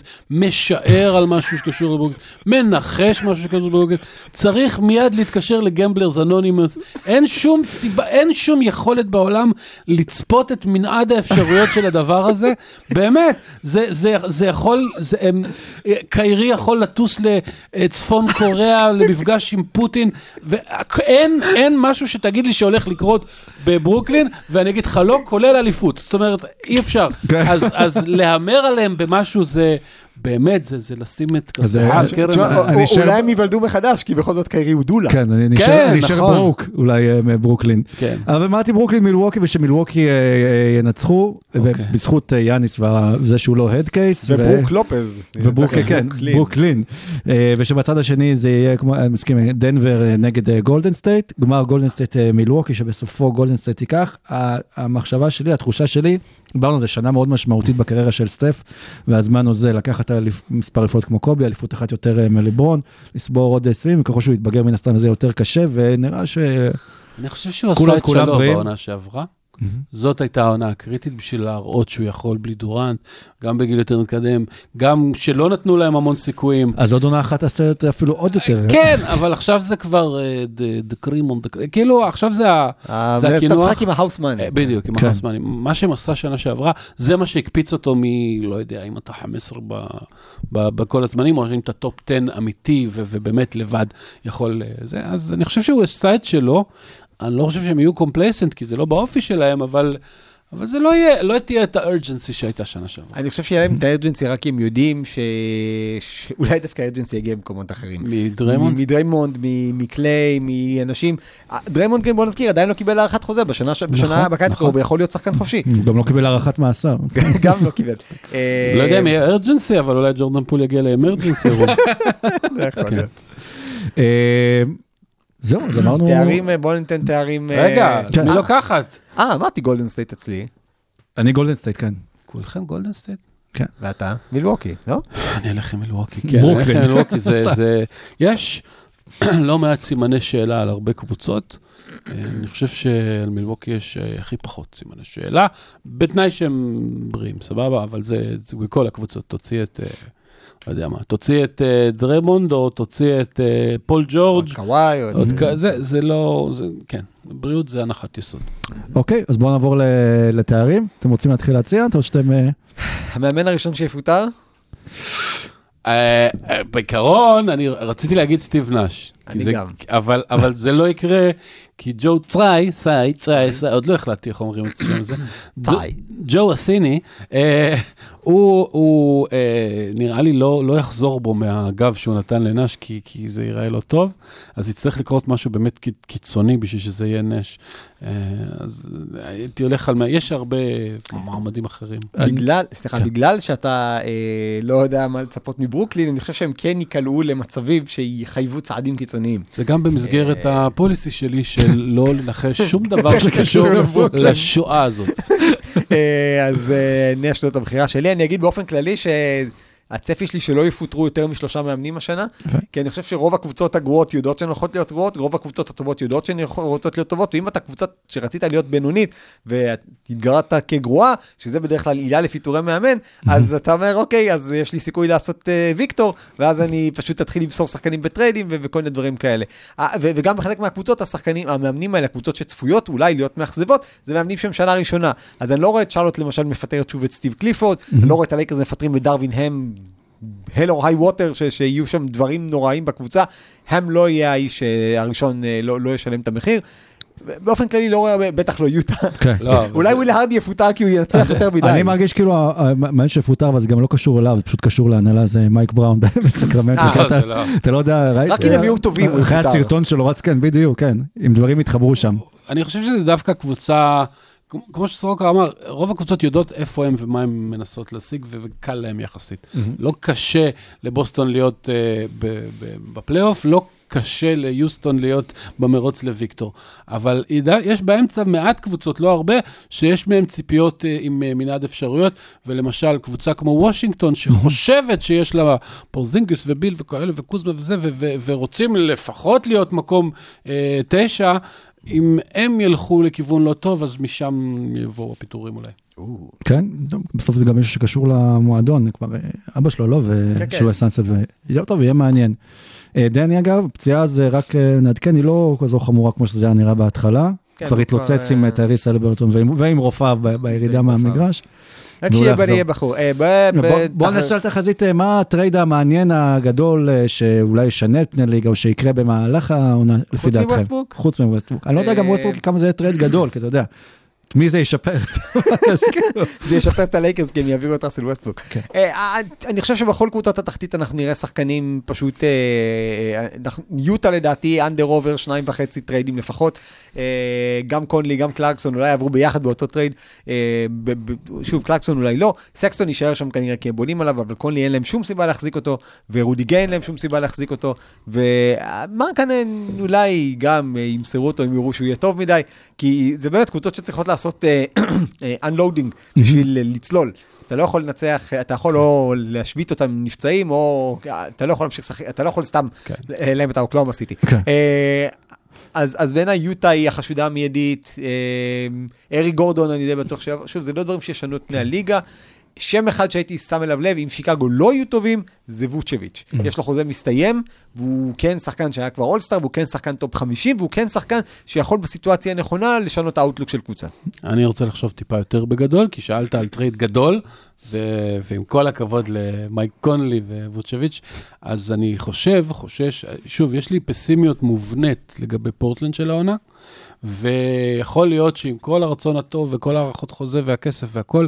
משער על משהו שקשור לברוקלין, מנחש משהו שקשור לברוקלין, צריך מיד להתקשר לגמבלרס אנונימוס, אין שום סיבה, אין שום יכולת בעולם לצפות את מנעד האפשרויות של הדבר הזה, באמת, זה, זה, זה יכול, זה, קיירי יכול לטוס לצפון קוריאה, למפגש עם פוטין, ואין אין משהו שתגיד לי שהולך לקרות בברוקלין, ואני אגיד לך לא, כולל אליפות. זאת אומרת, אי אפשר. אז, אז להמר עליהם במשהו זה, באמת, זה, זה לשים את כזה. אולי הם יוולדו מחדש, כי בכל זאת קיירי הוא דולה. כן, אני נשאר ברוק, אולי מברוקלין. אבל אמרתי ברוקלין מילווקי, ושמילווקי ינצחו, בזכות יאניס, וזה שהוא לא הד קייס. וברוק לופז. וברוק, כן, ברוקלין. ושבצד השני זה יהיה, כמו, מסכים, דנבר נגד גולדן סטייט, גמר גולדן סטייט מילווקי, שבסופו גולדן סטייט ייקח. המחשבה שלי, התחושה שלי, דיברנו על זה שנה מאוד משמעותית בקריירה של סטף, והזמן הזה לקחת מספר אליפויות כמו קובי, אליפות אחת יותר מליברון, לסבור עוד עשרים, וככל שהוא יתבגר מן הסתם זה יותר קשה, ונראה ש... אני חושב שהוא עשה את שלו בעונה שעברה. זאת הייתה העונה הקריטית בשביל להראות שהוא יכול בלי דורנט, גם בגיל יותר מתקדם, גם שלא נתנו להם המון סיכויים. אז עוד עונה אחת הסרט אפילו עוד יותר. כן, אבל עכשיו זה כבר the cream on the cream, כאילו עכשיו זה הכינוח. אתה משחק עם ההאוסמני. בדיוק, עם ההאוסמני. מה שהם עשה שנה שעברה, זה מה שהקפיץ אותו מ, לא יודע, אם אתה חמש עשרה בכל הזמנים, או אם אתה טופ עשר אמיתי ובאמת לבד יכול, אז אני חושב שהוא עשה את שלו, אני לא חושב שהם יהיו קומפלייסנט, כי זה לא באופי שלהם, אבל, אבל זה לא יהיה, לא תהיה את הארג'נסי שהייתה שנה שעברה. אני חושב שיהיה להם את הארג'נסי, רק כי הם יודעים ש... שאולי דווקא הארג'נסי יגיע במקומות אחרים. מדריימונד? מדריימונד, מקליי, מאנשים. דריימונד, בוא נזכיר, עדיין לא קיבל הערכת חוזה, בשנה, בשנה בקיץ הקרוב, הוא יכול להיות שחקן חופשי. הוא גם לא קיבל הערכת מאסר. גם לא קיבל. לא יודע אם יהיה ארג'נסי, אבל אולי ג'ורדן פול יגיע לאמרג'נסי. זה יכול להיות. זהו, אז אמרנו... תארים, בוא ניתן תארים... רגע, מי לוקחת? אה, אמרתי גולדן סטייט אצלי. אני גולדן סטייט, כן. כולכם גולדן סטייט? כן. ואתה? מילווקי, לא? אני אלך עם מילווקי, כן. אני אלך עם מילווקי, זה... יש לא מעט סימני שאלה על הרבה קבוצות. אני חושב שעל מילווקי יש הכי פחות סימני שאלה, בתנאי שהם בריאים, סבבה? אבל זה בכל הקבוצות, תוציא את... לא יודע מה, תוציא את דרמונד, או תוציא את פול ג'ורג'. עוד קוואי. זה לא, כן, בריאות זה הנחת יסוד. אוקיי, אז בואו נעבור לתארים. אתם רוצים להתחיל להציע, או שאתם... המאמן הראשון שיפוטר? בעיקרון, אני רציתי להגיד סטיב נאש. אני גם. אבל זה לא יקרה, כי ג'ו צרי, סי, צרי, סי, עוד לא החלטתי איך אומרים את השם הזה. ג'ו הסיני, הוא נראה לי לא יחזור בו מהגב שהוא נתן לנאש, כי זה ייראה לא טוב, אז יצטרך לקרות משהו באמת קיצוני בשביל שזה יהיה נאש. אז הייתי הולך על מה, יש הרבה מעמדים אחרים. בגלל, סליחה, בגלל שאתה לא יודע מה לצפות מברוקלין, אני חושב שהם כן יקלעו למצבים שיחייבו צעדים קיצוניים. קיצוניים. זה גם במסגרת הפוליסי שלי של לא לנחש שום דבר שקשור לשואה הזאת. אז אני אשתות את הבחירה שלי. אני אגיד באופן כללי ש... הצפי שלי שלא יפוטרו יותר משלושה מאמנים השנה, כי אני חושב שרוב הקבוצות הגרועות יודעות שהן הולכות להיות גרועות, רוב הקבוצות הטובות יודעות שהן רוצות להיות טובות, ואם אתה קבוצה שרצית להיות בינונית, והתגרדת כגרועה, שזה בדרך כלל עילה לפיטורי מאמן, אז אתה אומר, אוקיי, אז יש לי סיכוי לעשות ויקטור, ואז אני פשוט אתחיל למסור שחקנים בטריידים, וכל מיני דברים כאלה. וגם בחלק מהקבוצות, השחקנים, המאמנים האלה, הקבוצות שצפויות, אולי להיות מאכזבות, זה מאמנים שהם שנה ראשונה. אז אני לא רואה את שרלוט למשל מפטרת שוב את סטיב קליפורד, אני לא רואה את הלייקרס מפטרים את דרווין הם הל או היי ווטר, שיהיו שם דברים נוראים בקבוצה, הם לא יהיה האיש הראשון, לא, לא ישלם את המחיר. באופן כללי לא רואה, בטח לא יוטה. אולי וויל הרדי יפוטר כי הוא ינצח יותר מדי. אני מרגיש כאילו, המאמן שפוטר, אבל זה גם לא קשור אליו, זה פשוט קשור להנהלה, זה מייק בראון בסקרמנטו. אתה לא יודע, רק אם הם יהיו טובים. אחרי הסרטון שלו רץ כאן, בדיוק, כן, אם דברים התחברו שם. אני חושב שזה דווקא קבוצה, כמו שסורוקה אמר, רוב הקבוצות יודעות איפה הם ומה הם מנסות להשיג, וקל להם יחסית. לא קשה לבוסטון להיות בפלייאוף, לא קשה ליוסטון להיות במרוץ לוויקטור. אבל יש באמצע מעט קבוצות, לא הרבה, שיש מהם ציפיות עם מנעד אפשרויות, ולמשל קבוצה כמו וושינגטון, שחושבת שיש לה פורזינגיוס וביל וכאלה וקוזמה וזה, ורוצים לפחות להיות מקום תשע, אם הם ילכו לכיוון לא טוב, אז משם יבואו הפיטורים אולי. כן, בסוף זה גם מישהו שקשור למועדון, כבר אבא שלו לא, ושהוא הסנסט, ויהיה טוב, יהיה מעניין. דני אגב, פציעה זה רק נעדכן, היא לא כזו חמורה כמו שזה היה נראה בהתחלה, כבר התלוצץ עם טייריס אלברטון ועם רופאיו בירידה מהמגרש. רק שיהיה בני בחור. בוא נשאל את החזית, מה הטרייד המעניין הגדול שאולי ישנה את פני ליגה, או שיקרה במהלך העונה, לפי דעתכם? חוץ מווסטברוק? חוץ מווסטברוק. אני לא יודע גם ווסטברוק כמה זה יהיה טרייד גדול, כי אתה יודע. את מי זה ישפר? זה ישפר את הלייקרס, כי הם יעבירו את ראסל ווסטברוק. אני חושב שבכל קבוצות התחתית אנחנו נראה שחקנים פשוט, יוטה לדעתי, אנדר אובר, שניים וחצי טריידים לפחות. גם קונלי, גם קלרקסון, אולי יעברו ביחד באותו טרייד. שוב, קלרקסון אולי לא. סקסטון יישאר שם כנראה כי הם בונים עליו, אבל קונלי אין להם שום סיבה להחזיק אותו, ורודי גיי אין להם שום סיבה להחזיק אותו, ומרקנן אולי גם ימסרו אותו, אם יראו שהוא יהיה טוב מדי, כי זה באמת קבוצות שצריכות לעשות unloading בשביל לצלול. אתה לא יכול לנצח, אתה יכול לא להשביט אותם נפצעים, או אתה לא יכול להמשיך, אתה לא יכול סתם להם את האוקלאומה סיטי. אז, אז בעיניי יוטה היא החשודה המיידית, ארי גורדון, אני די בטוח, שוב, זה לא דברים שישנו את פני הליגה, שם אחד שהייתי שם אליו לב, אם שיקגו לא יהיו טובים, זה ווצ'ביץ'. יש לו חוזה מסתיים, והוא כן שחקן שהיה כבר אולסטאר, והוא כן שחקן טופ חמישים, והוא כן שחקן שיכול בסיטואציה הנכונה לשנות האוטלוק של קבוצה. אני רוצה לחשוב טיפה יותר בגדול, כי שאלת על טרייד גדול, ו- ועם כל הכבוד למייק קונלי וווצ'ביץ', אז אני חושב, חושש, שוב, יש לי פסימיות מובנית לגבי פורטלנד של העונה, ויכול להיות שעם כל הרצון הטוב, וכל הערכות חוזה והכסף והכל,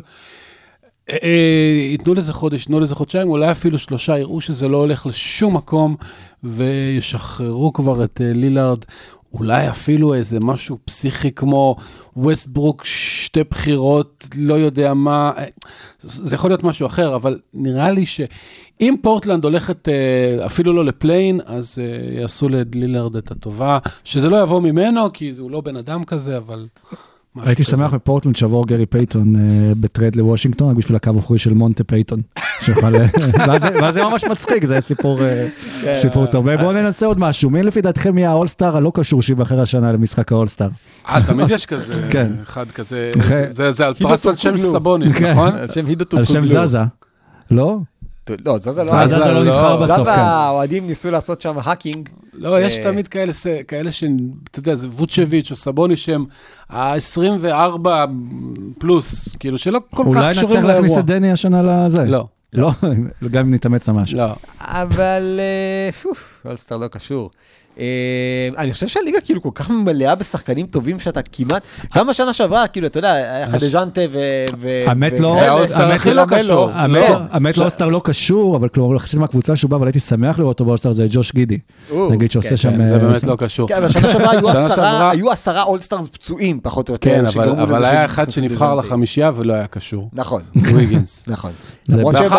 ייתנו לזה חודש, ייתנו לזה חודשיים, אולי אפילו שלושה, יראו שזה לא הולך לשום מקום, וישחררו כבר את לילארד, אולי אפילו איזה משהו פסיכי כמו ווסטברוק, שתי בחירות, לא יודע מה, זה יכול להיות משהו אחר, אבל נראה לי שאם פורטלנד הולכת אפילו לא לפליין, אז יעשו ללילארד את הטובה, שזה לא יבוא ממנו, כי הוא לא בן אדם כזה, אבל... הייתי שמח בפורטלנד שעבור גרי פייטון בטרייד לוושינגטון, רק בשביל הקו האחורי של מונטה פייטון. ואז זה ממש מצחיק, זה סיפור טוב. בואו ננסה עוד משהו. מי לפי דעתכם יהיה האולסטאר הלא קשור שיבחר השנה למשחק האולסטאר? אה, תמיד יש כזה, אחד כזה, זה על פרס על שם סבוניס, נכון? על שם זזה. לא? לא, זזה לא. זזה לא נבחר בסוף, כן. זזה, האוהדים ניסו לעשות שם האקינג. לא, יש תמיד כאלה, כאלה ש... אתה יודע, זה ווצ'ביץ' או סבוני שהם ה-עשרים וארבע פלוס, כאילו שלא כל כך קשורים לאירוע. אולי נצטרך להכניס את דני השנה לזה. לא. לא, גם אם נתאמץ ממש. לא. אבל, אולסטאר לא קשור. אני חושב שהליגה כאילו כל כך מלאה בשחקנים טובים שאתה כמעט, גם השנה שעברה, כאילו, אתה יודע, היה לך דז'נטה ו... האמת לא, האמת לא קשור. האמת לא, אולסטאר לא קשור, אבל כלומר, לחסיד מהקבוצה שהוא בא, אבל הייתי שמח לראות אותו באולסטאר, זה ג'וש גידי. נגיד שעושה שם... זה באמת לא קשור. כן, השנה שעברה היו עשרה אולסטארס פצועים, פחות או יותר. כן, אבל היה אחד שנבחר לחמישייה ולא היה קשור. נכון. וויגינס. נכון. ואחר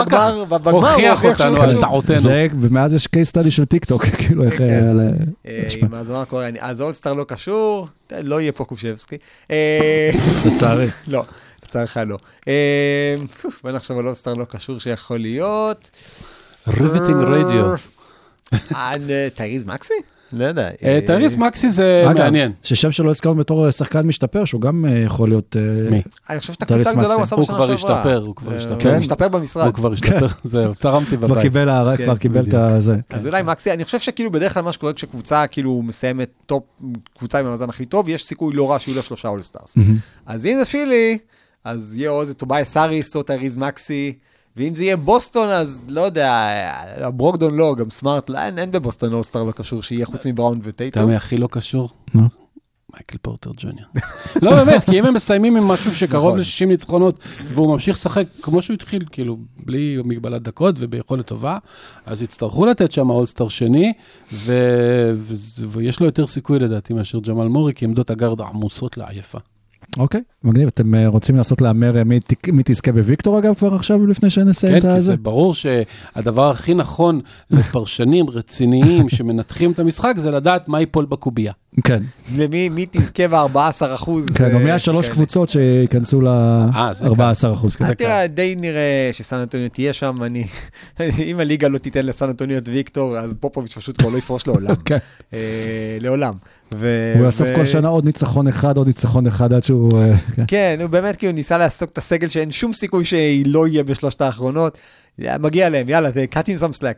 ובגמר, ובגמר הוא הוכיח אותנו על טעותנו. זה, ומאז יש קייס סטאדי של טיק טוק, כאילו איך... אז מה קורה? אז אולסטאר לא קשור, לא יהיה פה קושבסקי. לצערי. לא, לצערך לא. בוא נחשוב על אולסטאר לא קשור שיכול להיות. ריבטינג רדיו. טייריז מקסי? לא יודע. טייריז מקסי זה מעניין. ששם שלא הזכרנו בתור שחקן משתפר, שהוא גם יכול להיות... מי? אני חושב שאת הקבוצה הגדולה הוא עשה בשנה שעברה. הוא כבר השתפר, הוא כבר השתפר. הוא השתפר במשרד. הוא כבר השתפר, זהו, צרמתי בבית. כבר קיבל את זה. אז אולי מקסי, אני חושב שכאילו בדרך כלל מה שקורה כשקבוצה כאילו מסיימת טופ, קבוצה עם המאזן הכי טוב, יש סיכוי לא רע שיהיו לה שלושה אולסטארס. אז אם זה פילי, אז יהיה או איזה טובייס האריס או טייריז מקסי, ואם זה יהיה בוסטון, אז לא יודע, ברוקדון לא, גם סמארט, אין, אין בבוסטון אולסטאר לא קשור, שיהיה חוץ מבראון וטייטום. אתה מי הכי לא קשור? מייקל פורטר ג'וניור. לא באמת, כי אם הם מסיימים עם משהו שקרוב ל-שישים ניצחונות, והוא ממשיך לשחק כמו שהוא התחיל, כאילו, בלי מגבלת דקות וביכולת טובה, אז יצטרכו לתת שם אולסטאר שני, ויש לו יותר סיכוי לדעתי מאשר ג'מאל מורי, כי עמדות הגארד עמוסות לעייפה. אוקיי, מגניב. אתם רוצים לעשות לאמר מי תזכה בוויקטור אגב כבר עכשיו לפני שנסיים את זה? כן, כי זה ברור שהדבר הכי נכון לפרשנים רציניים שמנתחים את המשחק זה לדעת מה ייפול בקוביה. כן. למי מי תזכה ב-ארבעה עשר אחוז? כן, או מהשלוש קבוצות שיכנסו ל-ארבעה עשר אחוז. תראה, די נראה שסן אנטוניו תהיה שם, אם הליגה לא תיתן לסן אנטוניו את ויקטור, אז פופוביץ' פשוט כבר לא יפרוש לעולם. לעולם. הוא יאסוף כל שנה עוד ניצחון אחד, עוד ניצחון אחד עד שהוא... כן, הוא באמת כאילו ניסה לעסוק את הסגל שאין שום סיכוי שהיא לא יהיה בשלושת האחרונות. מגיע להם, יאללה, קאטים סם סלאק.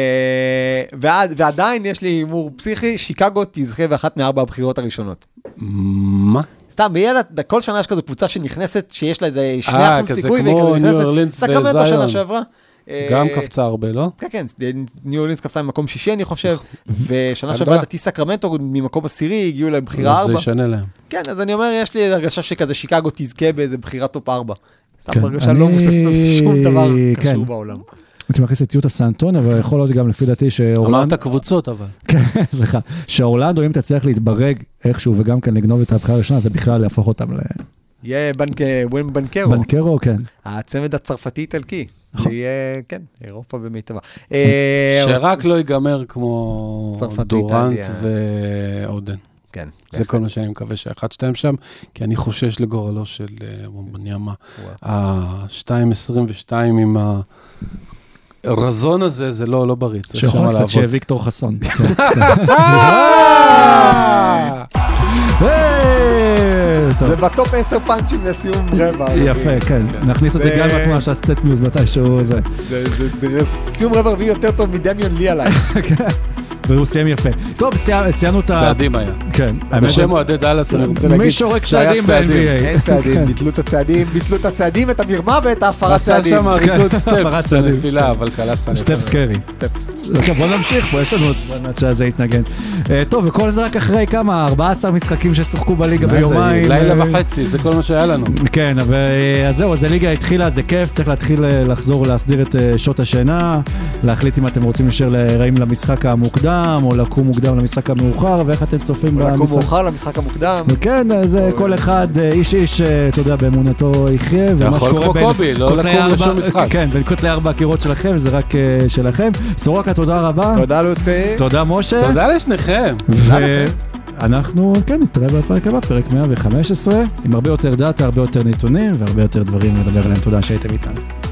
ועדיין יש לי הימור פסיכי, שיקגו תזכה באחת מארבע הבחירות הראשונות. מה? סתם, בילד, כל שנה יש כזו קבוצה שנכנסת, שיש לה איזה שני אחוז סיכוי, כמו ניו אורלינס סקרמנטו שנה שעברה. גם קפצה הרבה, לא? כן, כן, ניו אורלינס קפצה ממקום שישי, אני חושב, ושנה שעברה דתי סקרמנטו ממקום עשירי, הגיעו להם בחירה ארבע. זה ישנה להם. כן, אז אני אומר, יש לי הרגשה שכזה שיקגו תזכה באיזה בחירה טופ ארבע. סתם הרגשה לא מבוססת שום דבר קשור בעולם. הייתי מכניס את יוטה סנטון, אבל יכול להיות גם לפי דעתי שאורלנדו... אמרת קבוצות, אבל. כן, סליחה. שאורלנדו, אם אתה צריך להתברג איכשהו וגם כן לגנוב את הבחירה הראשונה, זה בכלל להפוך אותם ל... יהיה בנקרו. בנקרו, כן. הצמד הצרפתי-איטלקי. יהיה, כן, אירופה במיטבה. שרק לא ייגמר כמו דורנט ואודן. כן. זה כל מה שאני מקווה שאחד שתיים שם, כי אני חושש לגורלו של וומבניאמה. ה-שתיים עשרים ושתיים עם הרזון הזה, זה לא בריא. שיכול קצת שיהיה ויקטור חסון. זה בטופ עשר פאנצ'ים לסיום רבע. יפה, כן. נכניס את זה גם לתמונה של הסטט מיוז מתישהו זה. סיום רבע רביעי יותר טוב מדמיון לי עליי. והוא סיים יפה. טוב, סיימנו את ה... צעדים היה. כן. בשם אוהדי דאלאס, אני רוצה להגיד... מי שורק צעדים ב-אן בי איי? אין צעדים, ביטלו את הצעדים, ביטלו את הצעדים, את המרמה ואת ההפרת צעדים. עשה שם ריקוד סטפס בנפילה, אבל קלס עליו. סטפס קרי. סטפס. בוא נמשיך פה, יש לנו עוד מעט שזה יתנגן. טוב, וכל זה רק אחרי כמה, ארבעה עשר משחקים ששוחקו בליגה ביומיים. לילה וחצי, זה כל מה שהיה לנו. כן, אז זהו, אז הליגה התחילה, זה כיף, צריך להתחיל לחזור להסדיר את שעות השינה, להחליט אם אתם רוצים להישאר רעים למשחק המוקדם, או לקום מוקדם למשחק המאוחר, ואיך אתם צופים במשחק. לקום מאוחר למשחק המוקדם. כן, זה כל אחד, איש איש, אתה יודע, באמונתו יחיה, ומה שקורה בין... כמו קובי, לא לקום לשום משחק. כן, בין כותלי ארבע הקירות שלכם, זה רק שלכם. סורוקה, תודה רבה. תודה לוצקי. תודה משה. תודה לשניכם. ואנחנו, כן, נתראה בפרק הבא, פרק מאה וחמש עשרה, עם הרבה יותר דאטה, הרבה יותר נתונים, והרבה יותר דברים לדבר עליהם. תודה שהייתם איתנו.